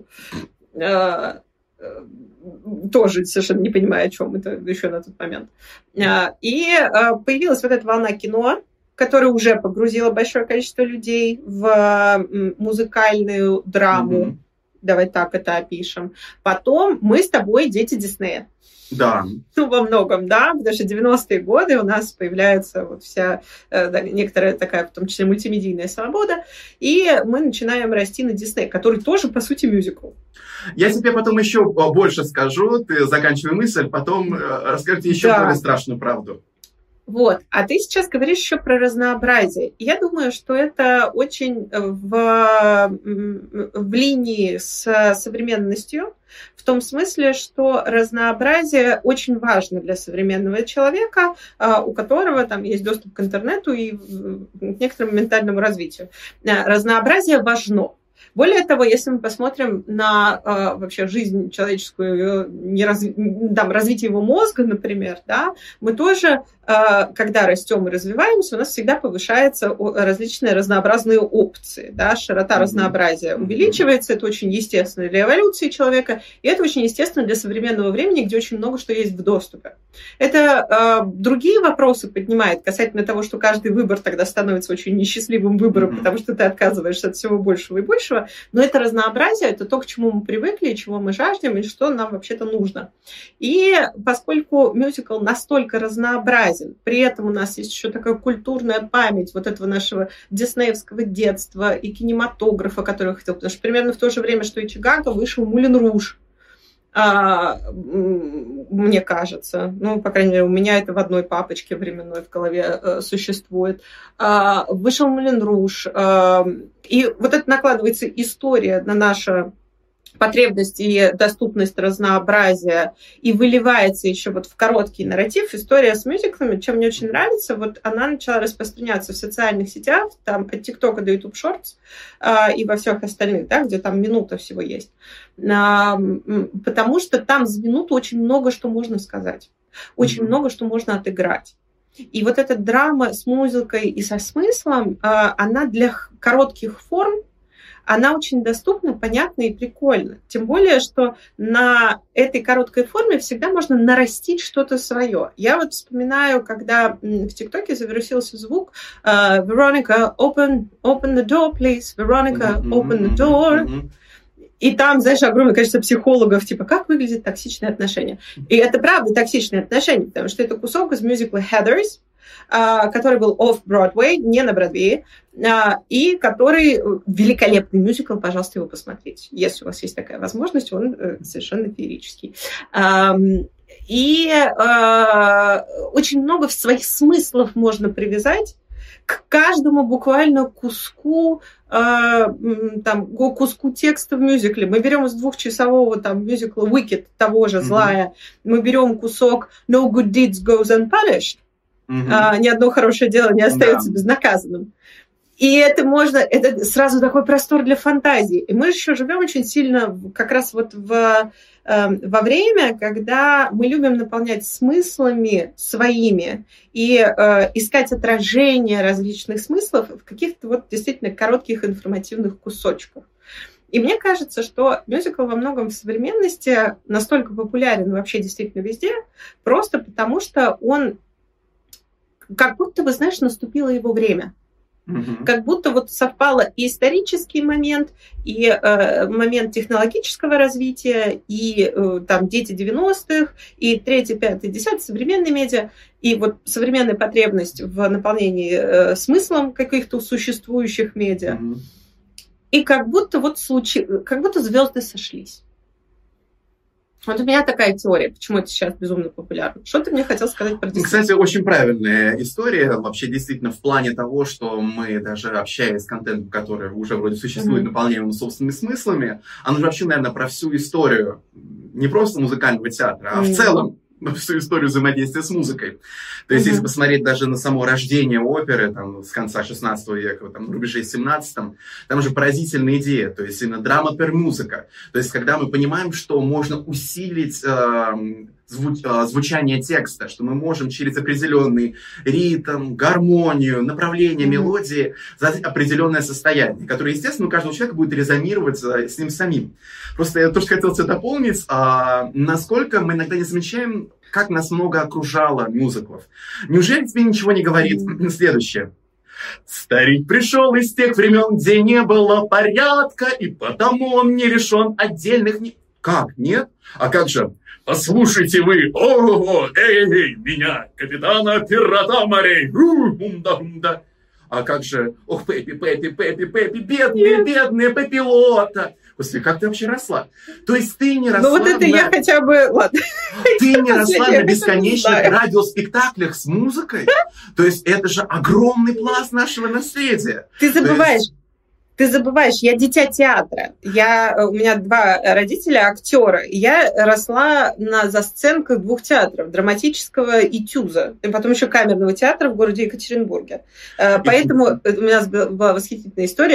Тоже совершенно не понимаю, о чем это еще на тот момент. И появилась вот эта волна кино, которая уже погрузила большое количество людей в музыкальную драму. Давай так это опишем. Потом мы с тобой дети Диснея. Да. Во многом, да, потому что 90-е годы у нас появляется вот вся некоторая такая, в том числе, мультимедийная свобода, и мы начинаем расти на Дисней, который тоже, по сути, мюзикл. Я тебе потом еще больше скажу, ты заканчивай мысль, потом расскажите еще более страшную правду. Вот. А ты сейчас говоришь еще про разнообразие. И я думаю, что это очень в линии с современностью, в том смысле, что разнообразие очень важно для современного человека, у которого там есть доступ к интернету и к некоторому ментальному развитию. Разнообразие важно. Более того, если мы посмотрим на вообще жизнь человеческую, развитие его мозга, например, да, мы тоже, когда растем и развиваемся, у нас всегда повышаются различные разнообразные опции, да, широта разнообразия увеличивается, это очень естественно для эволюции человека, и это очень естественно для современного времени, где очень много что есть в доступе. Это другие вопросы поднимает касательно того, что каждый выбор тогда становится очень несчастливым выбором, потому что ты отказываешься от всего большего и большего. Но это разнообразие, это то, к чему мы привыкли, чего мы жаждем, и что нам вообще-то нужно. И поскольку мюзикл настолько разнообразен, при этом у нас есть еще такая культурная память вот этого нашего диснеевского детства и кинематографа, который хотел, потому что примерно в то же время, что и Чикаго, вышел «Мулен Руж», мне кажется. Ну, по крайней мере, у меня это в одной папочке временной в голове существует. Вышел «Мулен Руж». И вот это накладывается история на нашу потребность и доступность разнообразия, и выливается еще вот в короткий нарратив. История с мюзиклами, чем мне очень нравится, вот она начала распространяться в социальных сетях, там от ТикТока до YouTube Shorts и во всех остальных, да, где там минута всего есть. Потому что там за минуту очень много что можно сказать, очень много что можно отыграть. И вот эта драма с музыкой и со смыслом, она для коротких форм, она очень доступна, понятна и прикольна. Тем более, что на этой короткой форме всегда можно нарастить что-то свое. Я вот вспоминаю, когда в ТикТоке завирусился звук «Veronica, open the door, please. Veronica, open the door». И там, знаешь, огромное количество психологов, типа, как выглядит токсичные отношения. И это правда токсичные отношения, потому что это кусок из мюзикла «Heathers», который был off-Broadway, не на Бродвее, и который великолепный мюзикл, пожалуйста, его посмотрите. Если у вас есть такая возможность, он совершенно феерический. И очень много своих смыслов можно привязать к каждому буквально куску, куску текста в мюзикле. Мы берем из 2-часового мюзикла «Wicked», того же «Злая», мы берем кусок «No good deeds goes unpunished», ни одно хорошее дело не остается безнаказанным. И это сразу такой простор для фантазии. И мы еще живем очень сильно как раз вот во время, когда мы любим наполнять смыслами своими и искать отражение различных смыслов в каких-то вот действительно коротких информативных кусочках. И мне кажется, что мюзикл во многом в современности настолько популярен вообще действительно везде, просто потому что он как будто бы, знаешь, наступило его время. Как будто вот совпало и исторический момент, и момент технологического развития, и там дети 90-х, и 3-й, 5-й, 10-й современные медиа, и вот современная потребность в наполнении смыслом каких-то существующих медиа. И как будто как будто звезды сошлись. Вот у меня такая теория, почему это сейчас безумно популярно. Что ты мне хотел сказать про Disney? Кстати, очень правильная история. Вообще, действительно, в плане того, что мы даже общаясь с контентом, который уже вроде существует, наполняем его собственными смыслами, оно же вообще, наверное, про всю историю не просто музыкального театра, а в целом всю историю взаимодействия с музыкой. То есть, если посмотреть даже на само рождение оперы с конца 16 века, на рубеже 17-м, там же поразительная идея, то есть именно драма пер музыка. То есть, когда мы понимаем, что можно усилить звучание текста, что мы можем через определенный ритм, гармонию, направление мелодии задать определенное состояние, которое, естественно, у каждого человека будет резонировать с ним самим. Просто я тоже хотел тебя дополнить, насколько мы иногда не замечаем, как нас много окружало мюзиклов. Неужели тебе ничего не говорит следующее? Старик пришел из тех времен, где не было порядка, и потому он не лишен отдельных... Как? Нет? А как же? Послушайте вы, ого, эй, меня, капитана пирата морей, умда. А как же, ох, Пеппи, бедные Пеппилота. Господи, как ты вообще росла? То есть ты не росла... Ну вот это я хотя бы... Ладно. Ты не росла на бесконечных радиоспектаклях с музыкой? То есть это же огромный пласт нашего наследия. Ты забываешь, я дитя театра. У меня 2 родителя актера. Я росла за сценках 2 театров, драматического и ТЮЗа, и потом еще камерного театра в городе Екатеринбурге. Поэтому у меня была восхитительная история.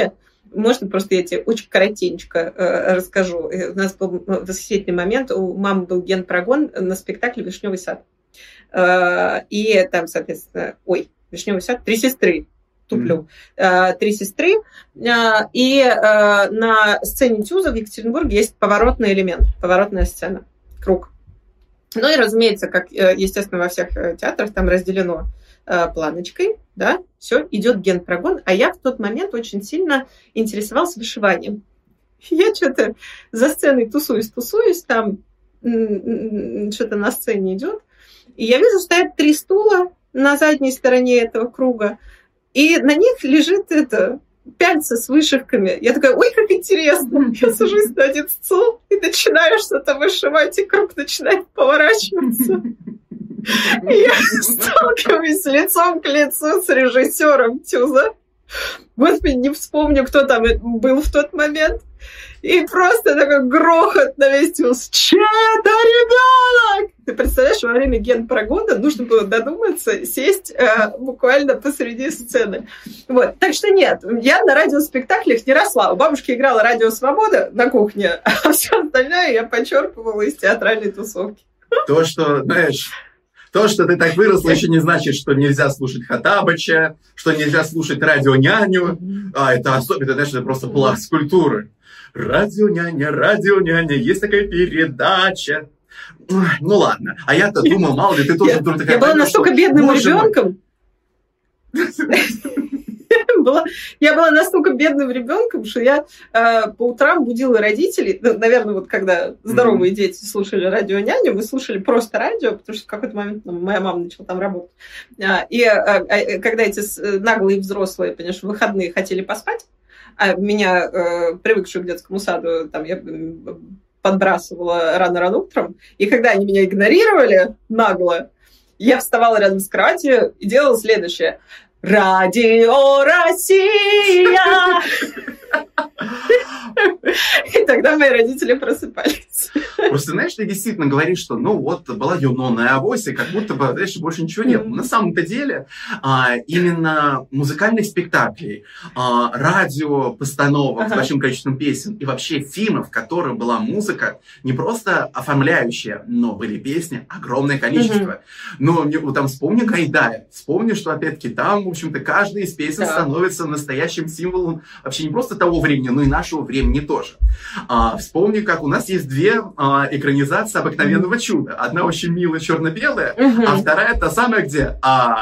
можно просто я тебе очень коротенько расскажу. У нас был восхитительный момент. У мамы был генпрогон на спектакле «Вишневый сад». И там, соответственно, «Вишневый сад», «Три сестры». Туплю. «Три сестры». И на сцене Тюза в Екатеринбурге есть поворотный элемент, поворотная сцена, круг. Ну и, разумеется, как, естественно, во всех театрах там разделено планочкой, да, все, идет генпрогон, а я в тот момент очень сильно интересовалась вышиванием. Я что-то за сценой тусуюсь, там что-то на сцене идет, и я вижу, стоят 3 стула на задней стороне этого круга, и на них лежит пяльца с вышивками. Я такая, ой, как интересно. Я сажусь на один стул и начинаю что-то вышивать, и круг начинает поворачиваться. И я сталкиваюсь лицом к лицу с режиссером Тюза. Господи, не вспомню, кто там был в тот момент. И просто такой грохот на весь Тюз. Че-то ребенок! Ты представляешь, во время генпрогона нужно было додуматься сесть буквально посреди сцены. Вот. Так что нет, я на радиоспектаклях не росла. У бабушки играла «Радио Свобода» на кухне, а все остальное я почерпывала из театральной тусовки. То, что ты так выросла, еще не значит, что нельзя слушать Хоттабыча, что нельзя слушать радионяню. Это особенно, знаешь, это просто пласт культуры. Радионяня, есть такая передача. Ну ладно, а я-то думал, мало ли, ты тоже вдруг такая... Я была настолько бедным ребенком. Я была настолько бедным ребенком, что я по утрам будила родителей. Наверное, вот когда здоровые дети слушали радионяню, мы слушали просто радио, потому что в какой-то момент моя мама начала там работать. И когда эти наглые взрослые, понимаешь, в выходные хотели поспать, а меня, привыкшую к детскому саду, там я подбрасывала рано-рано утром, и когда они меня игнорировали нагло, я вставала рядом с кроватью и делала следующее. Радио Россия! И тогда мои родители просыпались. Просто, знаешь, ты действительно говоришь, что, была Юнона и Авось, и как будто бы, знаешь, больше ничего нет. На самом-то деле, именно музыкальных спектаклей, радиопостановок с большим количеством песен и вообще фильмов, в которых была музыка, не просто оформляющая, но были песни огромное количество. Но там вспомни Гайдая, вспомни, что, опять-таки, там, в общем-то, каждая из песен становится настоящим символом вообще не просто того времени, но и нашего времени тоже. Вспомни, как у нас есть 2 экранизации «Обыкновенного чуда». Одна очень милая, черно-белая, а вторая та самая, где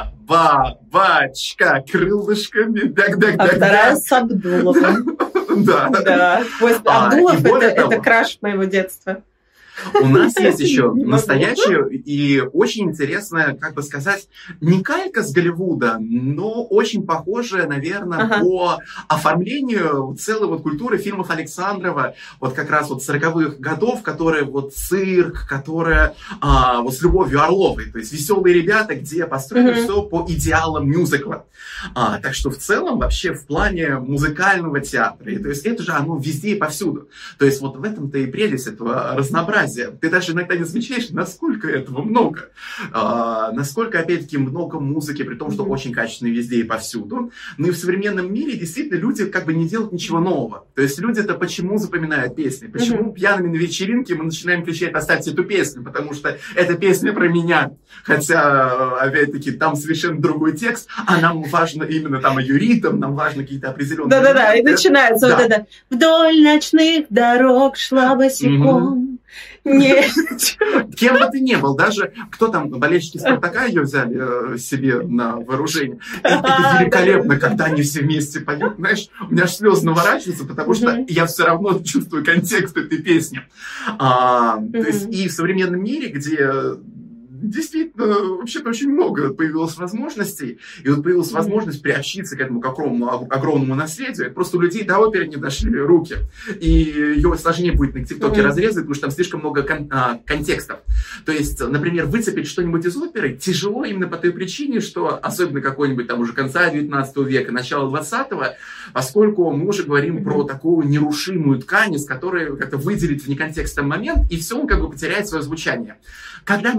бабачка крылышками. А вторая с Абдуловым. Да. Абдулов — это краш моего детства. У нас есть еще настоящая и очень интересная, как бы сказать, не калька с Голливуда, но очень похожая, наверное, по оформлению целой культуры фильмов Александрова, вот как раз 40-х годов, которые цирк, которые с Любовью Орловой, то есть «Веселые ребята», где построено все по идеалам мюзикла. Так что в целом вообще в плане музыкального театра, то есть это же оно везде и повсюду. То есть в этом-то и прелесть этого разнообразия. Ты даже иногда не замечаешь, насколько этого много. Насколько, опять-таки, много музыки, при том, что очень качественной везде и повсюду. Но и в современном мире действительно люди как бы не делают ничего нового. То есть люди-то почему запоминают песни? Почему пьяными на вечеринке мы начинаем кричать: «Поставьте эту песню», потому что эта песня про меня. Хотя, опять-таки, там совершенно другой текст, а нам важно именно там юритм, нам важно какие-то определенные... Да-да-да, и начинается вот это: «Вдоль ночных дорог шла босиком». Нет. Кем бы ты ни был, даже кто там, болельщики Спартака ее взяли себе на вооружение. Это великолепно, когда они все вместе поют. Знаешь, у меня аж слезы наворачиваются, потому что я все равно чувствую контекст этой песни. То есть и в современном мире, где действительно, вообще-то очень много появилось возможностей, и появилась возможность приобщиться к этому огромному наследию. Просто у людей до оперы не дошли руки, и ее сложнее будет на ТикТоке разрезать, потому что там слишком много контекстов. То есть, например, выцепить что-нибудь из оперы тяжело именно по той причине, что, особенно какой-нибудь там уже конца 19 века, начала 20-го, поскольку мы уже говорим про такую нерушимую ткань, из которой как-то выделить в неконтекстный момент, и все он как бы потеряет свое звучание. Когда мы говорим про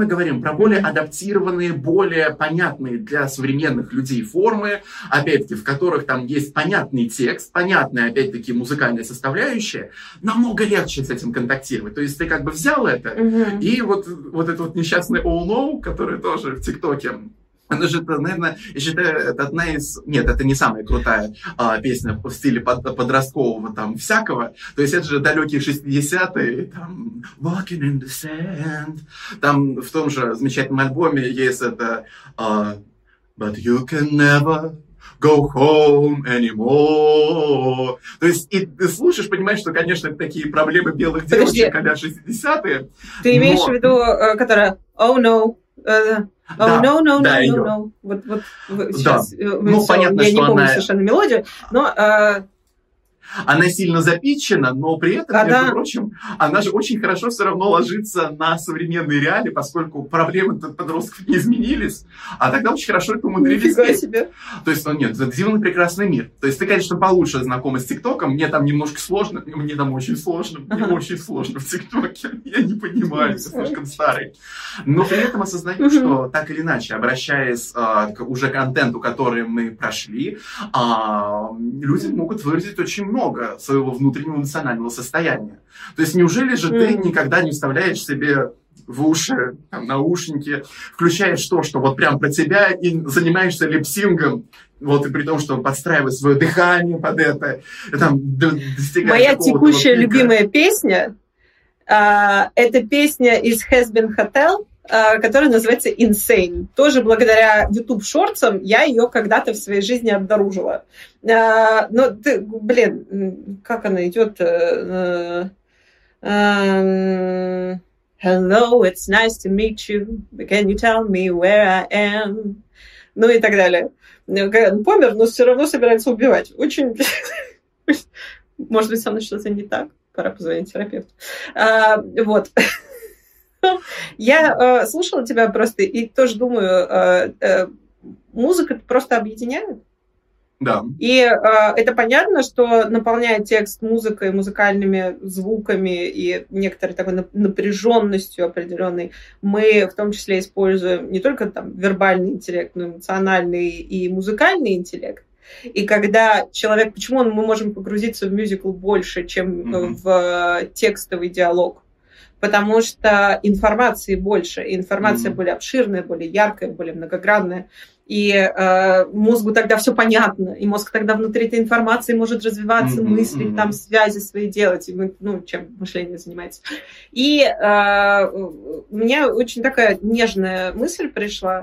про более адаптированные, более понятные для современных людей формы, опять-таки, в которых там есть понятный текст, понятная, опять-таки, музыкальная составляющая, намного легче с этим контактировать. То есть ты как бы взял это, и вот это вот несчастный Oh No, который тоже в ТикТоке, она же, наверное, я считаю, это одна из... Нет, это не самая крутая песня в стиле подросткового там всякого. То есть это же далекие 60-е, там Walking in the Sand. Там в том же замечательном альбоме есть это But you can never go home anymore. То есть и ты слушаешь, понимаешь, что, конечно, это такие проблемы белых девочек, когда 60-е. Ты имеешь в виду, которая Oh no... no. Вот сейчас понятно, я не помню она... совершенно мелодию, но... Она сильно запитчена, но при этом, между прочим, она же очень хорошо все равно ложится на современные реалии, поскольку проблемы подростков не изменились, а тогда очень хорошо это умудрились. Нифига себе. То есть, нет, это дивный прекрасный мир. То есть ты, конечно, получше знакома с ТикТоком, мне там немножко сложно, мне там очень сложно, мне очень сложно в ТикТоке, я не понимаю, я слишком старый. Но при этом осознаю, что так или иначе, обращаясь к уже контенту, который мы прошли, люди могут выразить очень много своего внутреннего эмоционального состояния. То есть неужели же ты никогда не вставляешь себе в уши там, наушники, включаешь то, что вот прям про тебя, и занимаешься липсингом, вот и при том, что подстраиваешь свое дыхание под это, там, Моя текущая любимая песня это песня из Has Been Hotel, которая называется Insane. Тоже благодаря YouTube шортсам я ее когда-то в своей жизни обнаружила. Но ты, как она идет? Hello, it's nice to meet you. Can you tell me where I am? Ну и так далее. Он помер, но все равно собирается убивать. Очень... Может быть, со мной что-то не так? Пора позвонить терапевту. Вот. Я слушала тебя просто и тоже думаю, музыка просто объединяет. Да. И это понятно, что наполняя текст музыкой, музыкальными звуками и некоторой такой напряженностью определенной, мы в том числе используем не только там вербальный интеллект, но и эмоциональный и музыкальный интеллект. И когда человек... Почему мы можем погрузиться в мюзикл больше, чем в текстовый диалог? Потому что информации больше, и информация более обширная, более яркая, более многогранная. И мозгу тогда все понятно, и мозг тогда внутри этой информации может развиваться, мыслить, там связи свои делать, и мы, чем мышление занимается. И у меня очень такая нежная мысль пришла,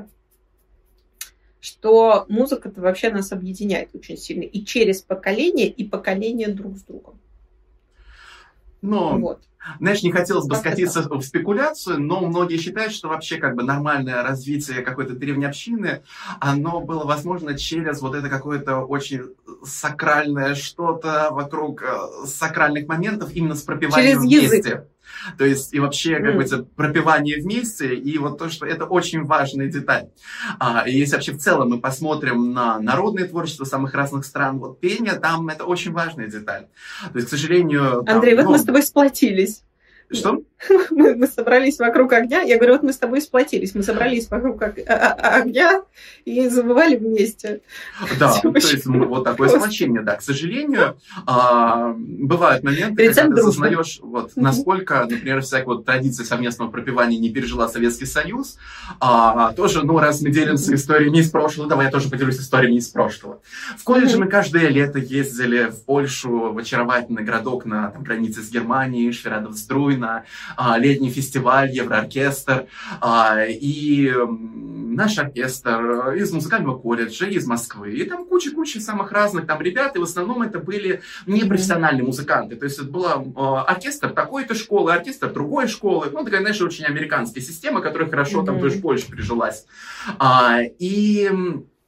что музыка-то вообще нас объединяет очень сильно и через поколения, и поколения друг с другом. Но, вот. Знаешь, не хотелось бы скатиться в спекуляцию, но многие считают, что вообще как бы нормальное развитие какой-то древней общины, оно было возможно через вот это какое-то очень сакральное что-то вокруг сакральных моментов, именно с пропеванием вместе. То есть и вообще как бы это пропевание вместе, и вот то, что это очень важная деталь. И если вообще в целом мы посмотрим на народное творчество самых разных стран, вот пение там это очень важная деталь. То есть, к сожалению... Андрей, вот мы с тобой сплотились. Что? Мы собрались вокруг огня. Я говорю, вот мы с тобой сплотились. Мы собрались вокруг огня и забывали вместе. Да, то есть вот такое сплочение, да. К сожалению, бывают моменты, когда ты осознаешь, вот, насколько, например, всякая вот традиция совместного пропевания не пережила Советский Союз. Тоже, раз мы делимся историями из прошлого, давай я тоже поделюсь историями из прошлого. В колледже мы каждое лето ездили в Польшу, в очаровательный городок на границе с Германией, Шверадовструй, на летний фестиваль, Еврооркестр, и наш оркестр из музыкального колледжа, из Москвы, и там куча самых разных там ребят, и в основном это были непрофессиональные музыканты, то есть это был оркестр такой-то школы, оркестр другой школы, такая, знаешь, очень американская система, которая хорошо там тоже в Польше прижилась. И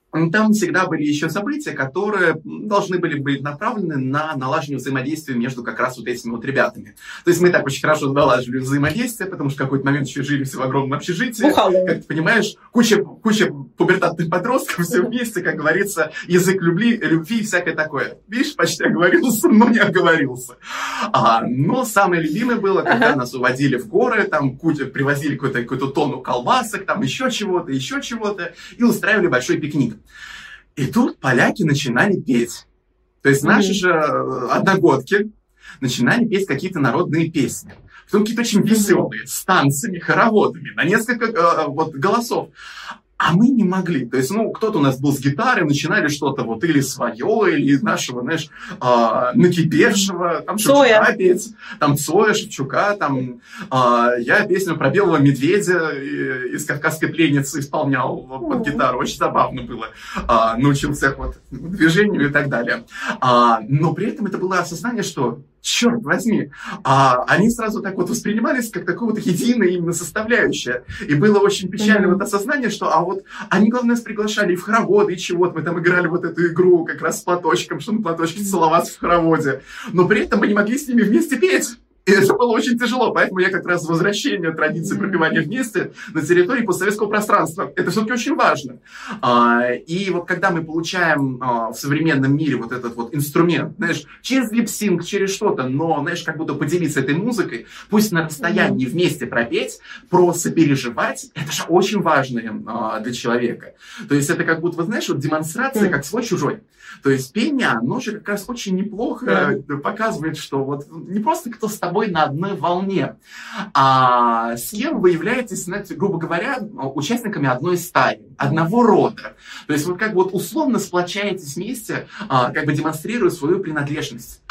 там всегда были еще события, которые должны были быть направлены на налаживание взаимодействия между как раз вот этими вот ребятами. То есть мы так очень хорошо налаживали взаимодействие, потому что в какой-то момент еще жили все в огромном общежитии. Как ты понимаешь, куча пубертатных подростков, все вместе, как говорится, язык любви и всякое такое. Видишь, почти оговорился, но не оговорился. Но самое любимое было, когда нас уводили в горы, там привозили какую-то тонну колбасок, там еще чего-то, и устраивали большой пикник. И тут поляки начинали петь. То есть наши же одногодки начинали петь какие-то народные песни. Потом какие-то очень веселые, с танцами, хороводами, на несколько голосов. А мы не могли. То есть, кто-то у нас был с гитарой, начинали что-то вот или свое, или из нашего, знаешь, накипевшего, там Шевчука петь, там Цоя, Шевчука, там я песню про белого медведя из «Кавказской пленницы» исполнял под гитару. Очень забавно было. Научился движению и так далее. Но при этом это было осознание, что черт возьми, они сразу так вот воспринимались как такое вот единое именно составляющее. И было очень печальное вот осознание, что они, главное, нас приглашали и в хороводы, и чего-то. Мы там играли вот эту игру как раз с платочком, что на платочке целоваться в хороводе. Но при этом мы не могли с ними вместе петь. И это было очень тяжело, поэтому я как раз возвращение традиции пропевания вместе на территории постсоветского пространства. Это все-таки очень важно. И вот когда мы получаем в современном мире вот этот вот инструмент, знаешь, через липсинг, через что-то, но, знаешь, как будто поделиться этой музыкой, пусть на расстоянии вместе пропеть, сопереживать, это же очень важно для человека. То есть это как будто, вот, знаешь, вот демонстрация как свой-чужой. То есть пение, оно же как раз очень неплохо показывает, что вот не просто кто с тобой на одной волне, а с кем вы являетесь, знаете, грубо говоря, участниками одной стаи, одного рода. То есть вот как бы вот условно сплочаетесь вместе, как бы демонстрируя свою принадлежность.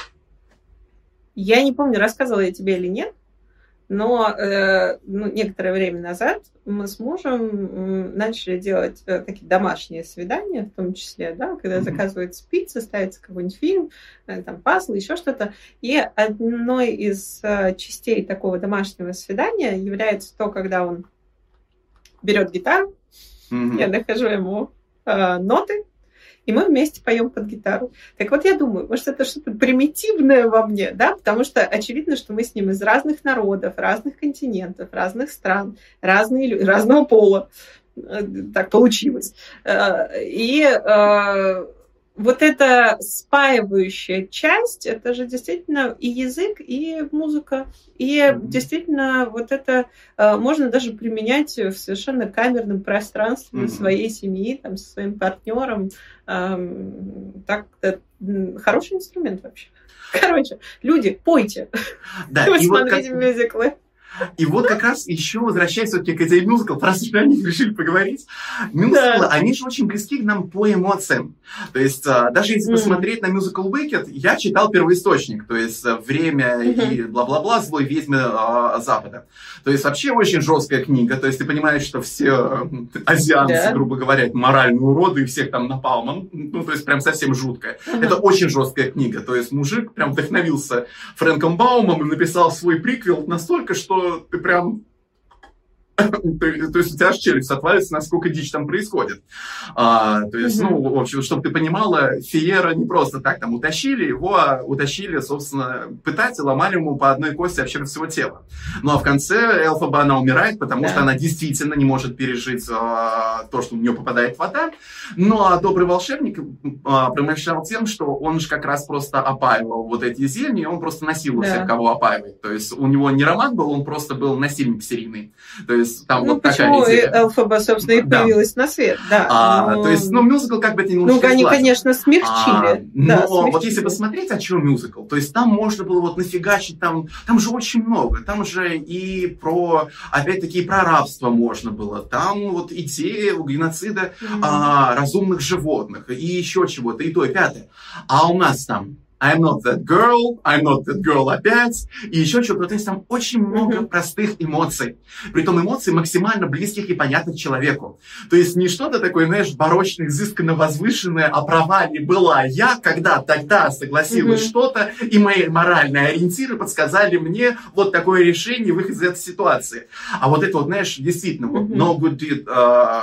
Я не помню, рассказывала я тебе или нет, но некоторое время назад мы с мужем начали делать такие домашние свидания, в том числе, да, когда заказывается пицца, ставится какой-нибудь фильм, там пазл, еще что-то. И одной из частей такого домашнего свидания является то, когда он берет гитару, я нахожу ему ноты, и мы вместе поем под гитару. Так вот, я думаю, может, это что-то примитивное во мне, да, потому что очевидно, что мы с ним из разных народов, разных континентов, разных стран, разного пола. Так получилось. И вот эта спаивающая часть, это же действительно и язык, и музыка, и действительно вот это можно даже применять в совершенно камерном пространстве своей семьи, там, со своим партнером. Так, это хороший инструмент вообще. Короче, люди, пойте. Да, вы смотрите мюзиклы. И вот как раз еще возвращаясь все-таки к этим мюзиклам, раз уж о них решили поговорить, мюзиклы, они же очень близки к нам по эмоциям. То есть даже если посмотреть на мюзикл Wicked, я читал первоисточник, то есть «Время» и бла-бла-бла, «Злой ведьмы Запада». То есть вообще очень жесткая книга, то есть ты понимаешь, что все азианцы, грубо говоря, моральные уроды, и всех там напалмом, то есть прям совсем жуткая. Это очень жесткая книга, то есть мужик прям вдохновился Фрэнком Баумом и написал свой приквел настолько, что ты прям... То есть у тебя аж челюсть отвалится, насколько дичь там происходит. То есть, в общем, чтобы ты понимала, Фиера не просто так там утащили, его утащили, собственно, пытать и ломали ему по одной кости вообще всего тела. Ну а в конце Элфаба она умирает, потому что она действительно не может пережить то, что у нее попадает вода. Ну а добрый волшебник промышлял тем, что он же как раз просто опаивал вот эти зелья, и он просто насиловал всех, кого опаивает. То есть у него не роман был, он просто был насильник серийный. То есть там вот почему Элфаба, собственно, и появилась на свет, да. То есть, мюзикл как бы это немножко они, конечно, смягчили. Но вот если посмотреть, о чем мюзикл, то есть там можно было вот нафигачить, там же очень много, там же и про, опять-таки, и про рабство можно было, там вот идея геноцида разумных животных, и еще чего-то, и то, и пятое. А у нас там I'm not that girl опять, и еще что-то. То есть там очень много простых эмоций. Притом эмоций максимально близких и понятных человеку. То есть не что-то такое, знаешь, барочное, изысканно возвышенное, о провале была я, когда тогда согласилась что-то, и мои моральные ориентиры подсказали мне вот такое решение, выход из этой ситуации. А вот это вот, знаешь, действительно, вот no good deed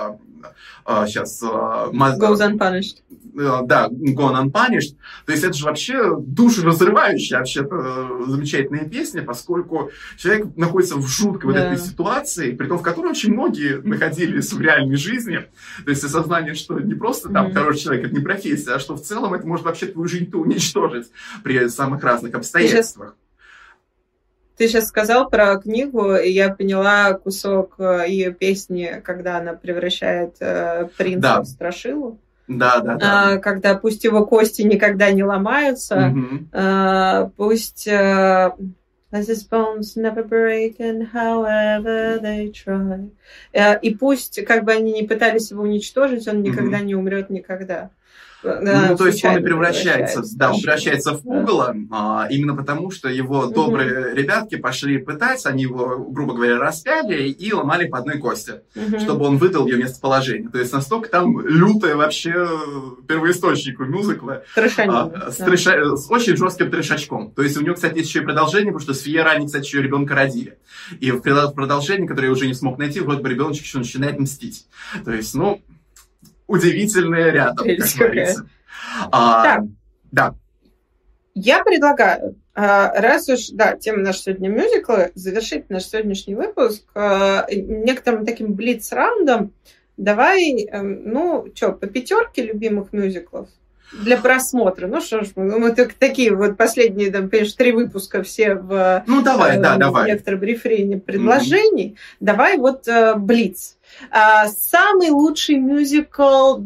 сейчас... Goes Unpunished. Да, Gone Unpunished. То есть это же вообще душеразрывающая вообще-то замечательная песня, поскольку человек находится в жуткой вот этой ситуации, при том, в которой очень многие находились в реальной жизни. То есть осознание, что не просто там хороший человек, это не профессия, а что в целом это может вообще твою жизнь-то уничтожить при самых разных обстоятельствах. Ты сейчас сказал про книгу, и я поняла кусок ее песни, когда она превращает принца в страшилу. Да. Когда пусть его кости никогда не ломаются, пусть his bones never break and however they try. И пусть, как бы они ни пытались его уничтожить, он никогда не умрет никогда. То есть он и превращается в пугало, именно потому, что его добрые ребятки пошли пытать, они его, грубо говоря, распяли и ломали по одной кости, чтобы он выдал ее местоположение. То есть настолько там лютое вообще первоисточник у мюзикла. С очень жестким трешачком. То есть у него, кстати, есть еще и продолжение, потому что Сфьера, они, кстати, еще ребенка родили. И в продолжении, которое я уже не смог найти, вроде бы ребеночек еще начинает мстить. То есть, удивительное рядом, как говорится. Да. Я предлагаю, раз уж, тема наша сегодня мюзиклы, завершить наш сегодняшний выпуск некоторым таким блиц-раундом. Давай, по пятерке любимых мюзиклов для просмотра. Мы такие вот последние, 3 выпуска все в некотором рефрене предложений. Давай блиц. Самый лучший мюзикл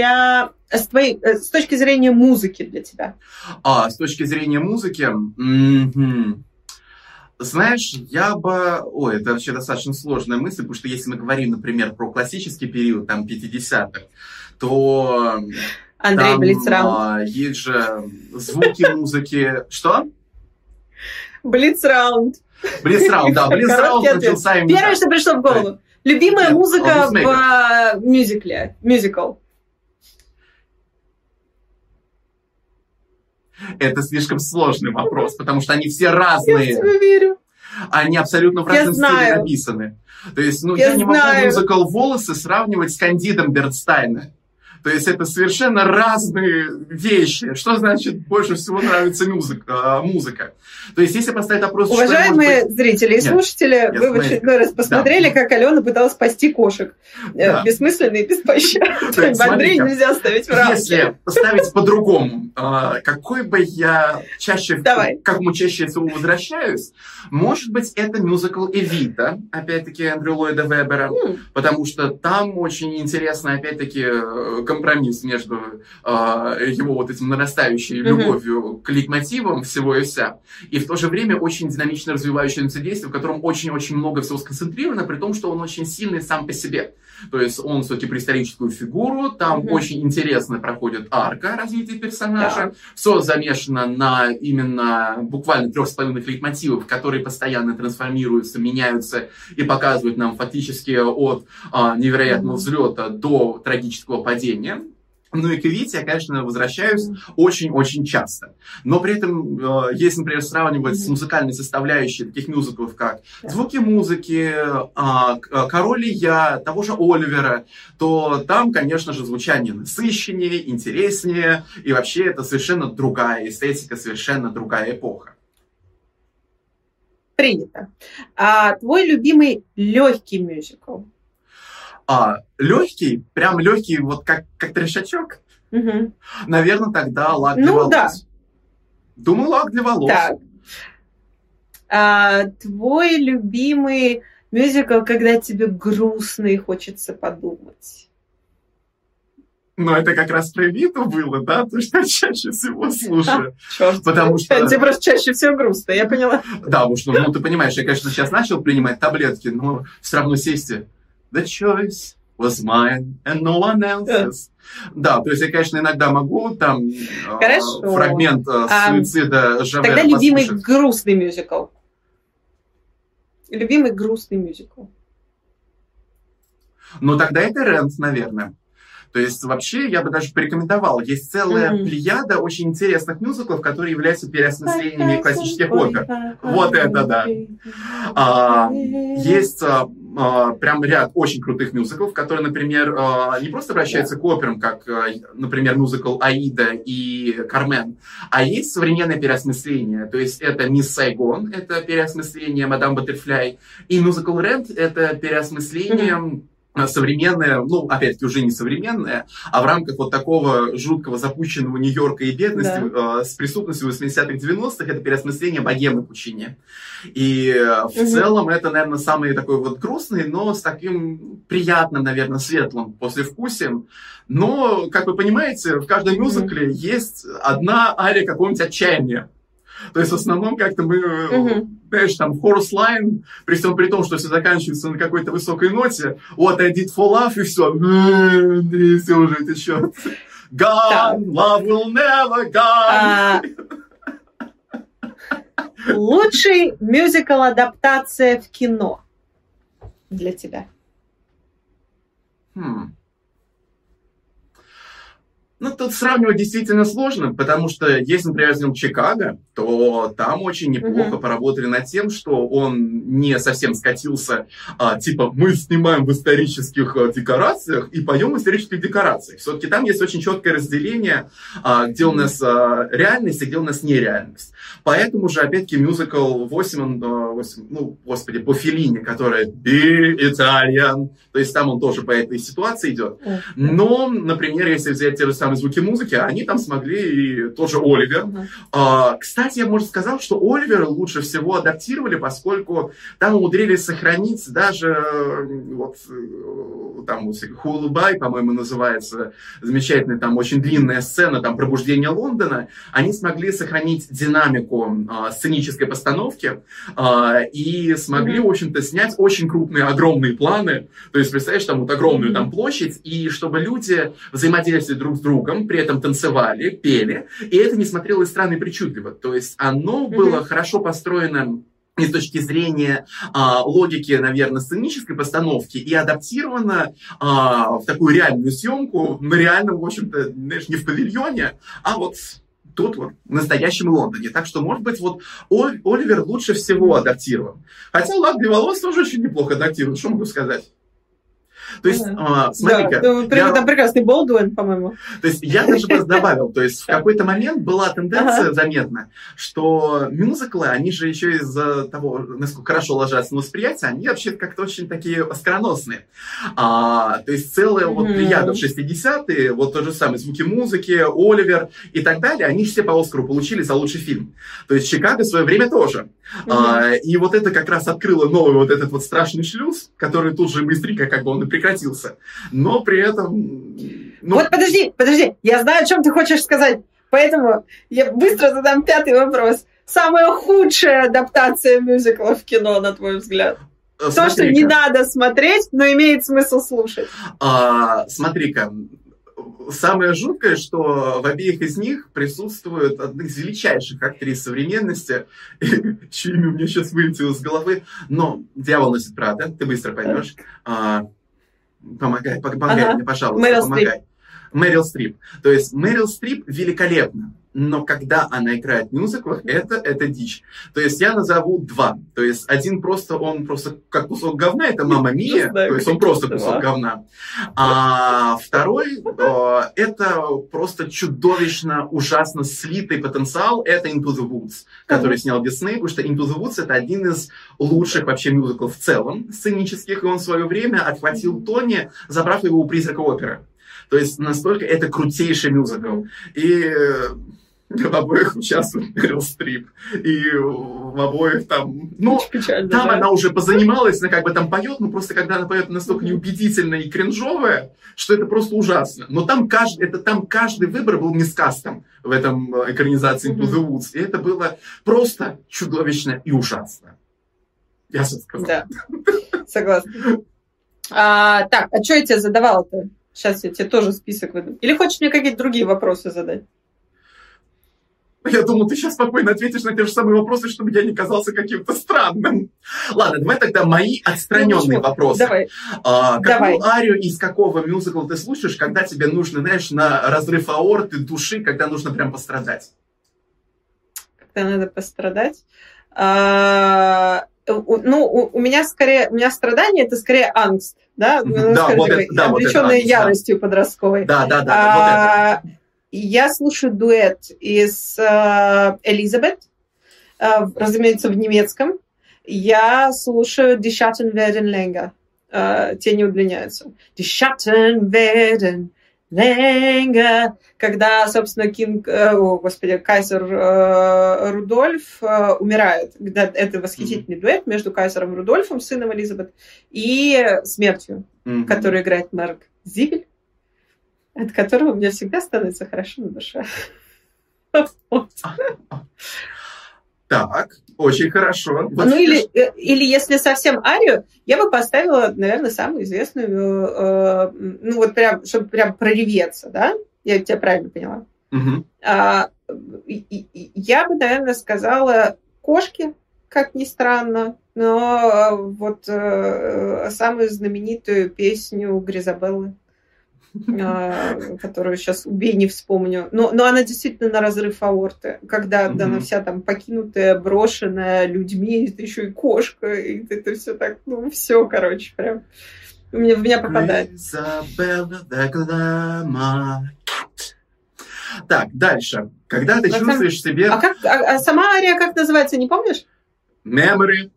с точки зрения музыки для тебя? С точки зрения музыки... Знаешь, это вообще достаточно сложная мысль, потому что если мы говорим, например, про классический период, 50-х, то... Андрей, блиц-раунд. Есть же звуки музыки... Что? Блиц-раунд. Блиц-раунд начался именно... Первое, что пришло в голову. Любимая музыка в мюзикле. Мюзикл. Это слишком сложный вопрос, потому что они все разные. Я тебе верю. Они абсолютно в разном стиле написаны. То есть, я не могу мюзикл «Волосы» сравнивать с «Кандидом» Бернстайна. То есть это совершенно разные вещи. Что значит больше всего нравится музыка? То есть если поставить вопрос... Уважаемые зрители и слушатели, вы в очередной раз посмотрели, как Алена пыталась спасти кошек. Бессмысленно и беспощадно. Андрея нельзя ставить в рамки. Если поставить по-другому, к какому чаще всего возвращаюсь, может быть, это мюзикл «Эвита», опять-таки, Эндрю Ллойда Вебера, потому что там очень интересно, опять-таки, компромисс между его этим нарастающей любовью к лейтмотивам всего и вся, и в то же время очень динамично развивающееся действие, в котором очень-очень много всего сконцентрировано, при том, что он очень сильный сам по себе. То есть он все-таки про историческую фигуру, там очень интересно проходит арка развития персонажа, все замешано на именно буквально 3,5 лейтмотивов, которые постоянно трансформируются, меняются и показывают нам фактически от невероятного взлета до трагического падения. И к «Эвите» я, конечно, возвращаюсь очень-очень часто. Но при этом, если, например, сравнивать с музыкальной составляющей таких мюзиклов, как «Звуки музыки», «Король и я», того же Оливера, то там, конечно же, звучание насыщеннее, интереснее, и вообще это совершенно другая эстетика, совершенно другая эпоха. Принято. Твой любимый легкий мюзикл? Прям легкий, вот как трешачок. Наверное, тогда «Лак для волос». Да. Думаю, «Лак для волос». Так. Твой любимый мюзикл, когда тебе грустно и хочется подумать? Это как раз про «Эвиту» было, да? То, что я чаще всего слушаю. Потому что... Тебе просто чаще всего грустно, я поняла. Да, потому что, ты понимаешь, я, конечно, сейчас начал принимать таблетки, но все равно сесть... The choice was mine and no one else's. Да, то есть я, конечно, иногда могу там фрагмент суицида Жавера Тогда любимый грустный мюзикл. Любимый грустный мюзикл. Тогда это «Рент», наверное. То есть вообще я бы даже порекомендовал. Есть целая плеяда очень интересных мюзиклов, которые являются переосмыслениями классических опер. Вот это да. Есть прям ряд очень крутых мюзиклов, которые, например, не просто обращаются к операм, как, например, мюзикл «Аида» и «Кармен», а есть современное переосмысление. То есть это «Мисс Сайгон», это переосмысление «Мадам Баттерфляй», и мюзикл «Рент» — это переосмысление современное, ну, опять-таки, уже не современное, а в рамках вот такого жуткого запущенного Нью-Йорка и бедности с преступностью 80-х, 90-х, это переосмысление богемы Пучини. И в целом это, наверное, самый такой вот грустный, но с таким приятным, наверное, светлым послевкусием. Но, как вы понимаете, в каждом мюзикле есть одна ария какого-нибудь отчаяния. То есть в основном как-то мы, знаешь, там, chorus line, при всем при том, что все заканчивается на какой-то высокой ноте, what I did for love, и все, и все уже течет. Gone, love will never gone. Лучший мюзикл-адаптация в кино для тебя? Ну, тут сравнивать действительно сложно, потому что если, например, возьмем «Чикаго», то там очень неплохо поработали над тем, что он не совсем скатился, типа, мы снимаем в исторических декорациях и поем в исторических декорациях. Все-таки там есть очень четкое разделение, где у нас реальность и где у нас нереальность. Поэтому же, опять-таки, мюзикл 8, ну, господи, по Феллини, который «Be Italian», то есть там он тоже по этой ситуации идет. Но, например, если взять те же самые звуки музыки, они там смогли, и тоже Оливер. Кстати, я, может, сказал, что Оливера лучше всего адаптировали, поскольку там умудрились сохранить даже вот там «Хулубай», по-моему, называется, замечательная, там очень длинная сцена, там «Пробуждение Лондона», они смогли сохранить динамику сценической постановки и смогли, в общем-то, снять очень крупные, огромные планы. То есть, представляешь, там вот огромную там площадь, и чтобы люди взаимодействовали друг с другом, при этом танцевали, пели, и это не смотрелось странно и причудливо. То есть оно было хорошо построено и с точки зрения логики, наверное, сценической постановки, и адаптировано в такую реальную съемку, на реальном, в общем-то, знаешь, не в павильоне, а вот тут вот в настоящем Лондоне. Так что, может быть, вот Оливер лучше всего адаптирован. Хотя «Лак для волос» тоже очень неплохо адаптирован, что могу сказать? То есть, смотри-ка... Да, там прекрасный Болдуин, по-моему. То есть, я даже добавил, то есть, в какой-то момент была тенденция заметна, что мюзиклы, они же еще из-за того, насколько хорошо ложатся на восприятие, они вообще как-то очень такие оскароносные. То есть, целая вот плеяда в 60-е, вот то же самое, звуки музыки, Оливер и так далее, они все по Оскару получили за лучший фильм. То есть, «Чикаго» в свое время тоже. И вот это как раз открыло новый вот этот вот страшный шлюз, который тут же быстренько как бы он и прекратился. Но при этом... Вот подожди, я знаю, о чем ты хочешь сказать, поэтому я быстро задам 5-й вопрос. Самая худшая адаптация мюзикла в кино, на твой взгляд? То, что не надо смотреть, но имеет смысл слушать. Смотри-ка. Самое жуткое, что в обеих из них присутствует одна из величайших актрис современности, чье имя у меня сейчас вылетело из головы, но «Дьявол носит Прада», ты быстро поймешь. Помогай мне, пожалуйста, помогай. Мэрил Стрип. То есть Мэрил Стрип великолепна, но когда она играет в мюзиклах, это дичь. То есть я назову 2. То есть один он просто как кусок говна, это «Мамма Мия», то есть он просто кусок говна. А второй, это просто чудовищно, ужасно слитый потенциал, это «Into the Woods», который снял Дисней, потому что «Into the Woods» это один из лучших вообще мюзиклов в целом, сценических, и он в свое время отхватил Тони, забрав его у «Призрака оперы». То есть настолько это крутейший мюзикл. И в обоих участвует Мэрил Стрип. И в обоих там... Ну, печально, там она уже позанималась, она как бы там поет, но просто когда она поет настолько неубедительно и кринжовая, что это просто ужасно. Но там каждый выбор был мискастом в этом экранизации Into the Woods. И это было просто чудовищно и ужасно. Я все сказал. Да, согласна. Так, а что я тебе задавала-то? Сейчас я тебе тоже список выдам. Или хочешь мне какие-то другие вопросы задать? Я думал, ты сейчас спокойно ответишь на те же самые вопросы, чтобы я не казался каким-то странным. Ладно, давай тогда мои отстраненные вопросы. Давай. Какую арию из какого мюзикла ты слушаешь, когда тебе нужно, знаешь, на разрыв аорты, души, когда нужно прям пострадать? Когда надо пострадать? У меня страдание это скорее ангст, да, обреченная яростью подростковой. Да. Я слушаю дуэт из Элизабет, разумеется, в немецком. Я слушаю Die Schatten werden länger. Тени удлиняются. Die Schatten werden länger. Когда, собственно, кайзер Рудольф умирает. Это восхитительный дуэт между кайзером Рудольфом, сыном Элизабет, и смертью, которую играет Марк Зибель, от которого мне всегда становится хорошо на душе. Так, очень хорошо. Или если совсем арию, я бы поставила, наверное, самую известную, чтобы прям прореветься, да? Я тебя правильно поняла? Я бы, наверное, сказала «Кошки», как ни странно, но самую знаменитую песню Гризабеллы, которую сейчас убей не вспомню. Но она действительно на разрыв аорты, когда она вся там покинутая, брошенная людьми, это еще и кошка, и это все так, все, короче, прям в меня попадает. Так, дальше. Когда ты чувствуешь себе... А сама ария как называется, не помнишь? Memory.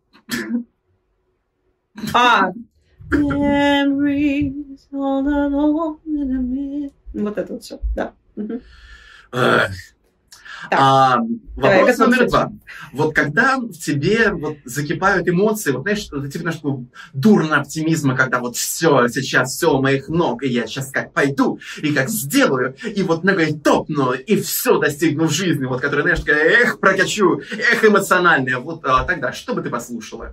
Memories all alone in a minute. Вот это вот все, да. Вопрос номер 2. Вот когда в тебе закипают эмоции, знаешь, такой дурно оптимизма, когда все, сейчас все у моих ног, и я сейчас как пойду, и как сделаю, и ногой топну, и все достигну в жизни, которая, знаешь, такая, прокачу, эмоциональная. Тогда что бы ты послушала?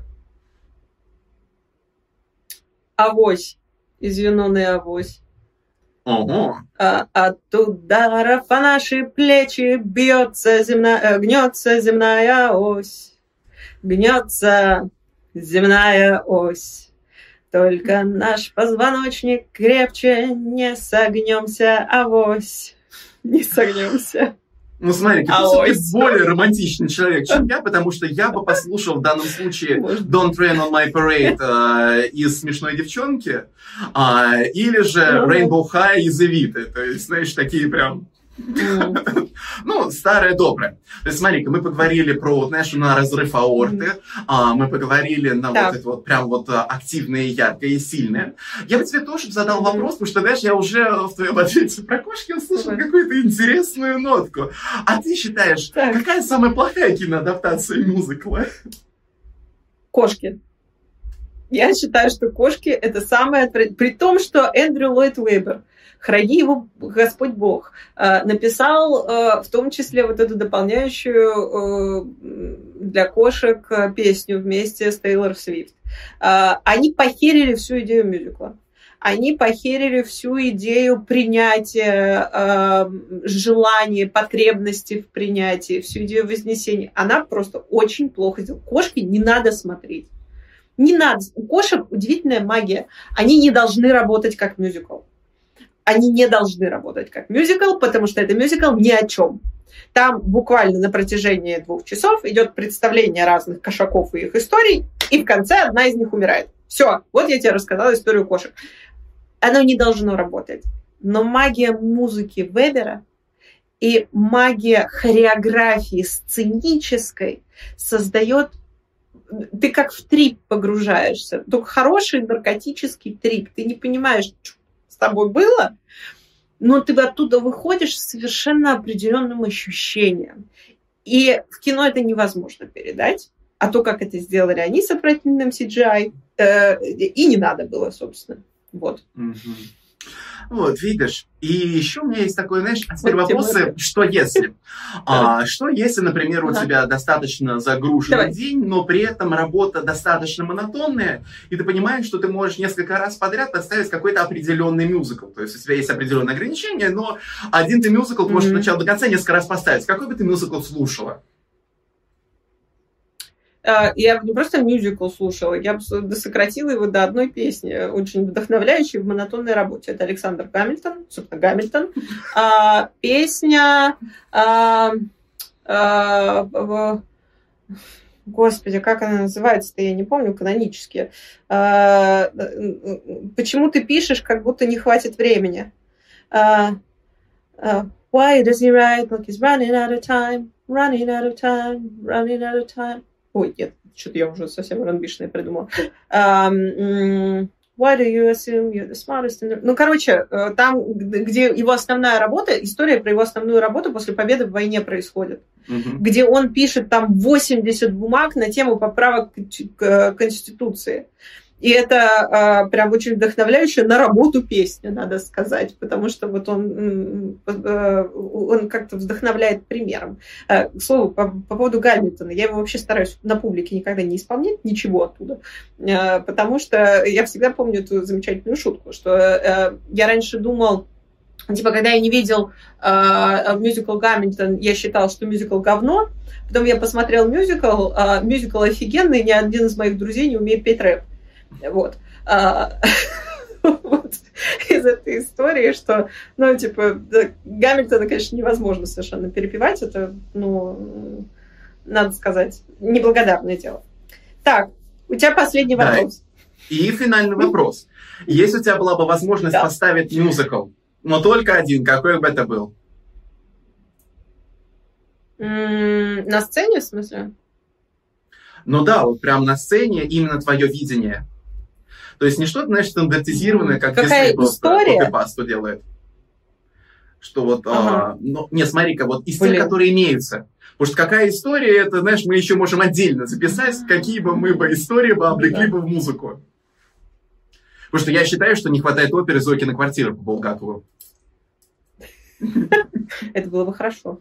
Авось. Из Юноны Авось. Ого. От ударов о наши плечи гнется земная ось. Гнется земная ось. Только наш позвоночник крепче, не согнемся, авось. Не согнемся. Смотри, ты все-таки более романтичный человек, чем я, потому что я бы послушал в данном случае Don't Rain on My Parade из «Смешной девчонки» или же Rainbow High из «Эвиты». То есть, знаешь, такие прям... старое доброе. То есть, смотри-ка, мы поговорили про, на разрыв аорты, мы поговорили на активное, яркое и сильное. Я бы тебе тоже задал вопрос, потому что, знаешь, я уже в твоем ответе про кошки услышал какую-то интересную нотку. А ты считаешь, какая самая плохая киноадаптация мюзикла? Кошки. Я считаю, что кошки это самое... При том, что Эндрю Ллойд Уэббер, храни его Господь Бог, написал в том числе эту дополняющую для кошек песню вместе с Тейлор Свифт. Они похерили всю идею мюзикла. Они похерили всю идею принятия, желания, потребности в принятии, всю идею вознесения. Она просто очень плохо сделала. Кошки не надо смотреть. Не надо. У кошек удивительная магия. Они не должны работать как мюзикл. Они не должны работать как мюзикл, потому что это мюзикл ни о чем. Там буквально на протяжении 2 часов идет представление разных кошаков и их историй, и в конце одна из них умирает. Все, вот я тебе рассказала историю кошек. Оно не должно работать. Но магия музыки Вебера и магия хореографии сценической создает... Ты как в трип погружаешься. Только хороший наркотический трип. Ты не понимаешь, что с тобой было, но ты оттуда выходишь с совершенно определенным ощущением. И в кино это невозможно передать. А то, как это сделали они с отвратительным CGI, и не надо было, собственно. Вот. Вот, видишь. И еще у меня есть такой, знаешь, теперь вопросы, что если? Что если, например, у тебя достаточно загруженный день, но при этом работа достаточно монотонная, и ты понимаешь, что ты можешь несколько раз подряд поставить какой-то определенный мюзикл. То есть у тебя есть определенные ограничения, но один ты мюзикл ты можешь от начала до конца несколько раз поставить. Какой бы ты мюзикл слушала? Я не просто мюзикл слушала, я бы сократила его до одной песни, очень вдохновляющей в монотонной работе. Это Александр Гамильтон, собственно, Гамильтон. Песня Господи, как она называется-то, я не помню, канонически. Почему ты пишешь, как будто не хватит времени? Why does he write like he's running out of time, running out of time, running out of time? Ой, нет, что-то я уже совсем ранбишное придумала. Why do you assume you're the smartest in the... Ну, короче, там, где его основная работа, история про его основную работу после победы в войне происходит. Где он пишет там 80 бумаг на тему поправок к Конституции. И это прям очень вдохновляющая на работу песня, надо сказать, потому что вот он как-то вдохновляет примером. К слову, по поводу Гамильтона, я его вообще стараюсь на публике никогда не исполнять, ничего оттуда, потому что я всегда помню эту замечательную шутку, что я раньше думал, типа, когда я не видел мюзикл «Гамильтон», я считал, что мюзикл говно, потом я посмотрел мюзикл, мюзикл офигенный, ни один из моих друзей не умеет петь рэп. Вот. Вот из этой истории, что, ну, типа, Гамильтона, конечно, невозможно совершенно перепевать. Это, ну, надо сказать, неблагодарное дело. Так, у тебя последний вопрос. И финальный вопрос. Если у тебя была бы возможность поставить мюзикл, но только один, какой бы это был? На сцене, в смысле? Ну да, вот прям на сцене именно твое видение. То есть не что-то, знаешь, стандартизированное, как Disney просто копипасту делает. Что вот... не, смотри-ка, вот из тех, которые имеются. Потому что какая история, это, знаешь, мы еще можем отдельно записать, какие бы мы бы истории бы облекли бы в музыку. Потому что я считаю, что не хватает оперы «Зойкина квартира» по Булгакову. Это было бы хорошо.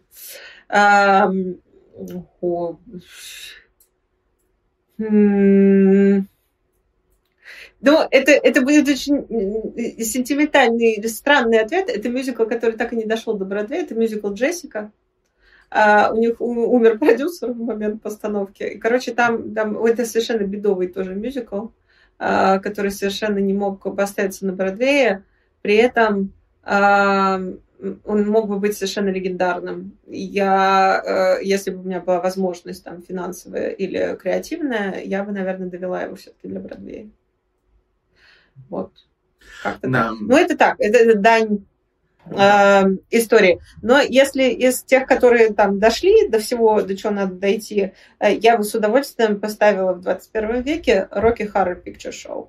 Ну, это будет очень сентиментальный или странный ответ. Это мюзикл, который так и не дошел до Бродвея. Это мюзикл «Джессика». У них умер продюсер в момент постановки. И, короче, там это совершенно бедовый тоже мюзикл, который совершенно не мог поставиться на Бродвее. При этом он мог бы быть совершенно легендарным. Если бы у меня была возможность там, финансовая или креативная, я бы, наверное, довела его все-таки для Бродвея. Вот. Как-то так. Ну, это так, это дань истории. Но если из тех, которые там дошли до всего, до чего надо дойти, я бы с удовольствием поставила в 21 веке Rocky Horror Picture Show.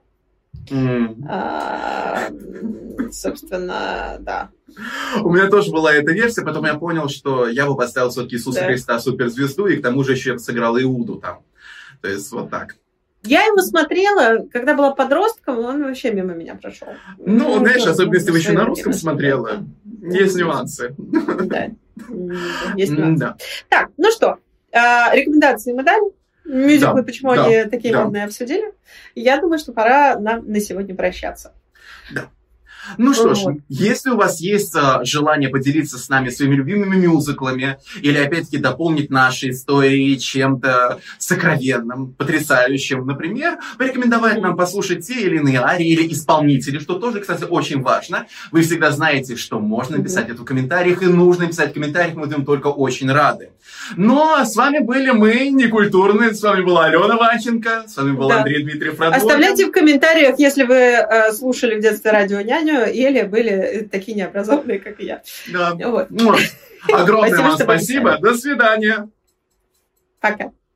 Собственно, да. У меня тоже была эта версия, потом я понял, что я бы поставил все-таки Иисуса Христа суперзвезду, и к тому же еще я сыграл Иуду там. То есть вот так. Я его смотрела, когда была подростком, он вообще мимо меня прошел. Ну, знаешь, особенно если вы еще на русском смотрела, есть нюансы. Да, есть нюансы. Так, ну что, рекомендации мы дали. Мюзиклы, почему они такие модные, обсудили. Я думаю, что пора нам на сегодня прощаться. Да. Ну что ж, если у вас есть желание поделиться с нами своими любимыми мюзиклами или, опять-таки, дополнить наши истории чем-то сокровенным, потрясающим, например, порекомендовать нам послушать те или иные арии или исполнителей, что тоже, кстати, очень важно. Вы всегда знаете, что можно писать это в комментариях, и нужно писать в комментариях, мы будем только очень рады. Но с вами были мы, Некультурные, с вами была Алена Ванченко, с вами был Андрей Дмитриев. Оставляйте в комментариях, если вы слушали в детстве радио «Няню», или были такие необразованные, как и я. Да. Вот. Огромное вам спасибо. До свидания. Пока.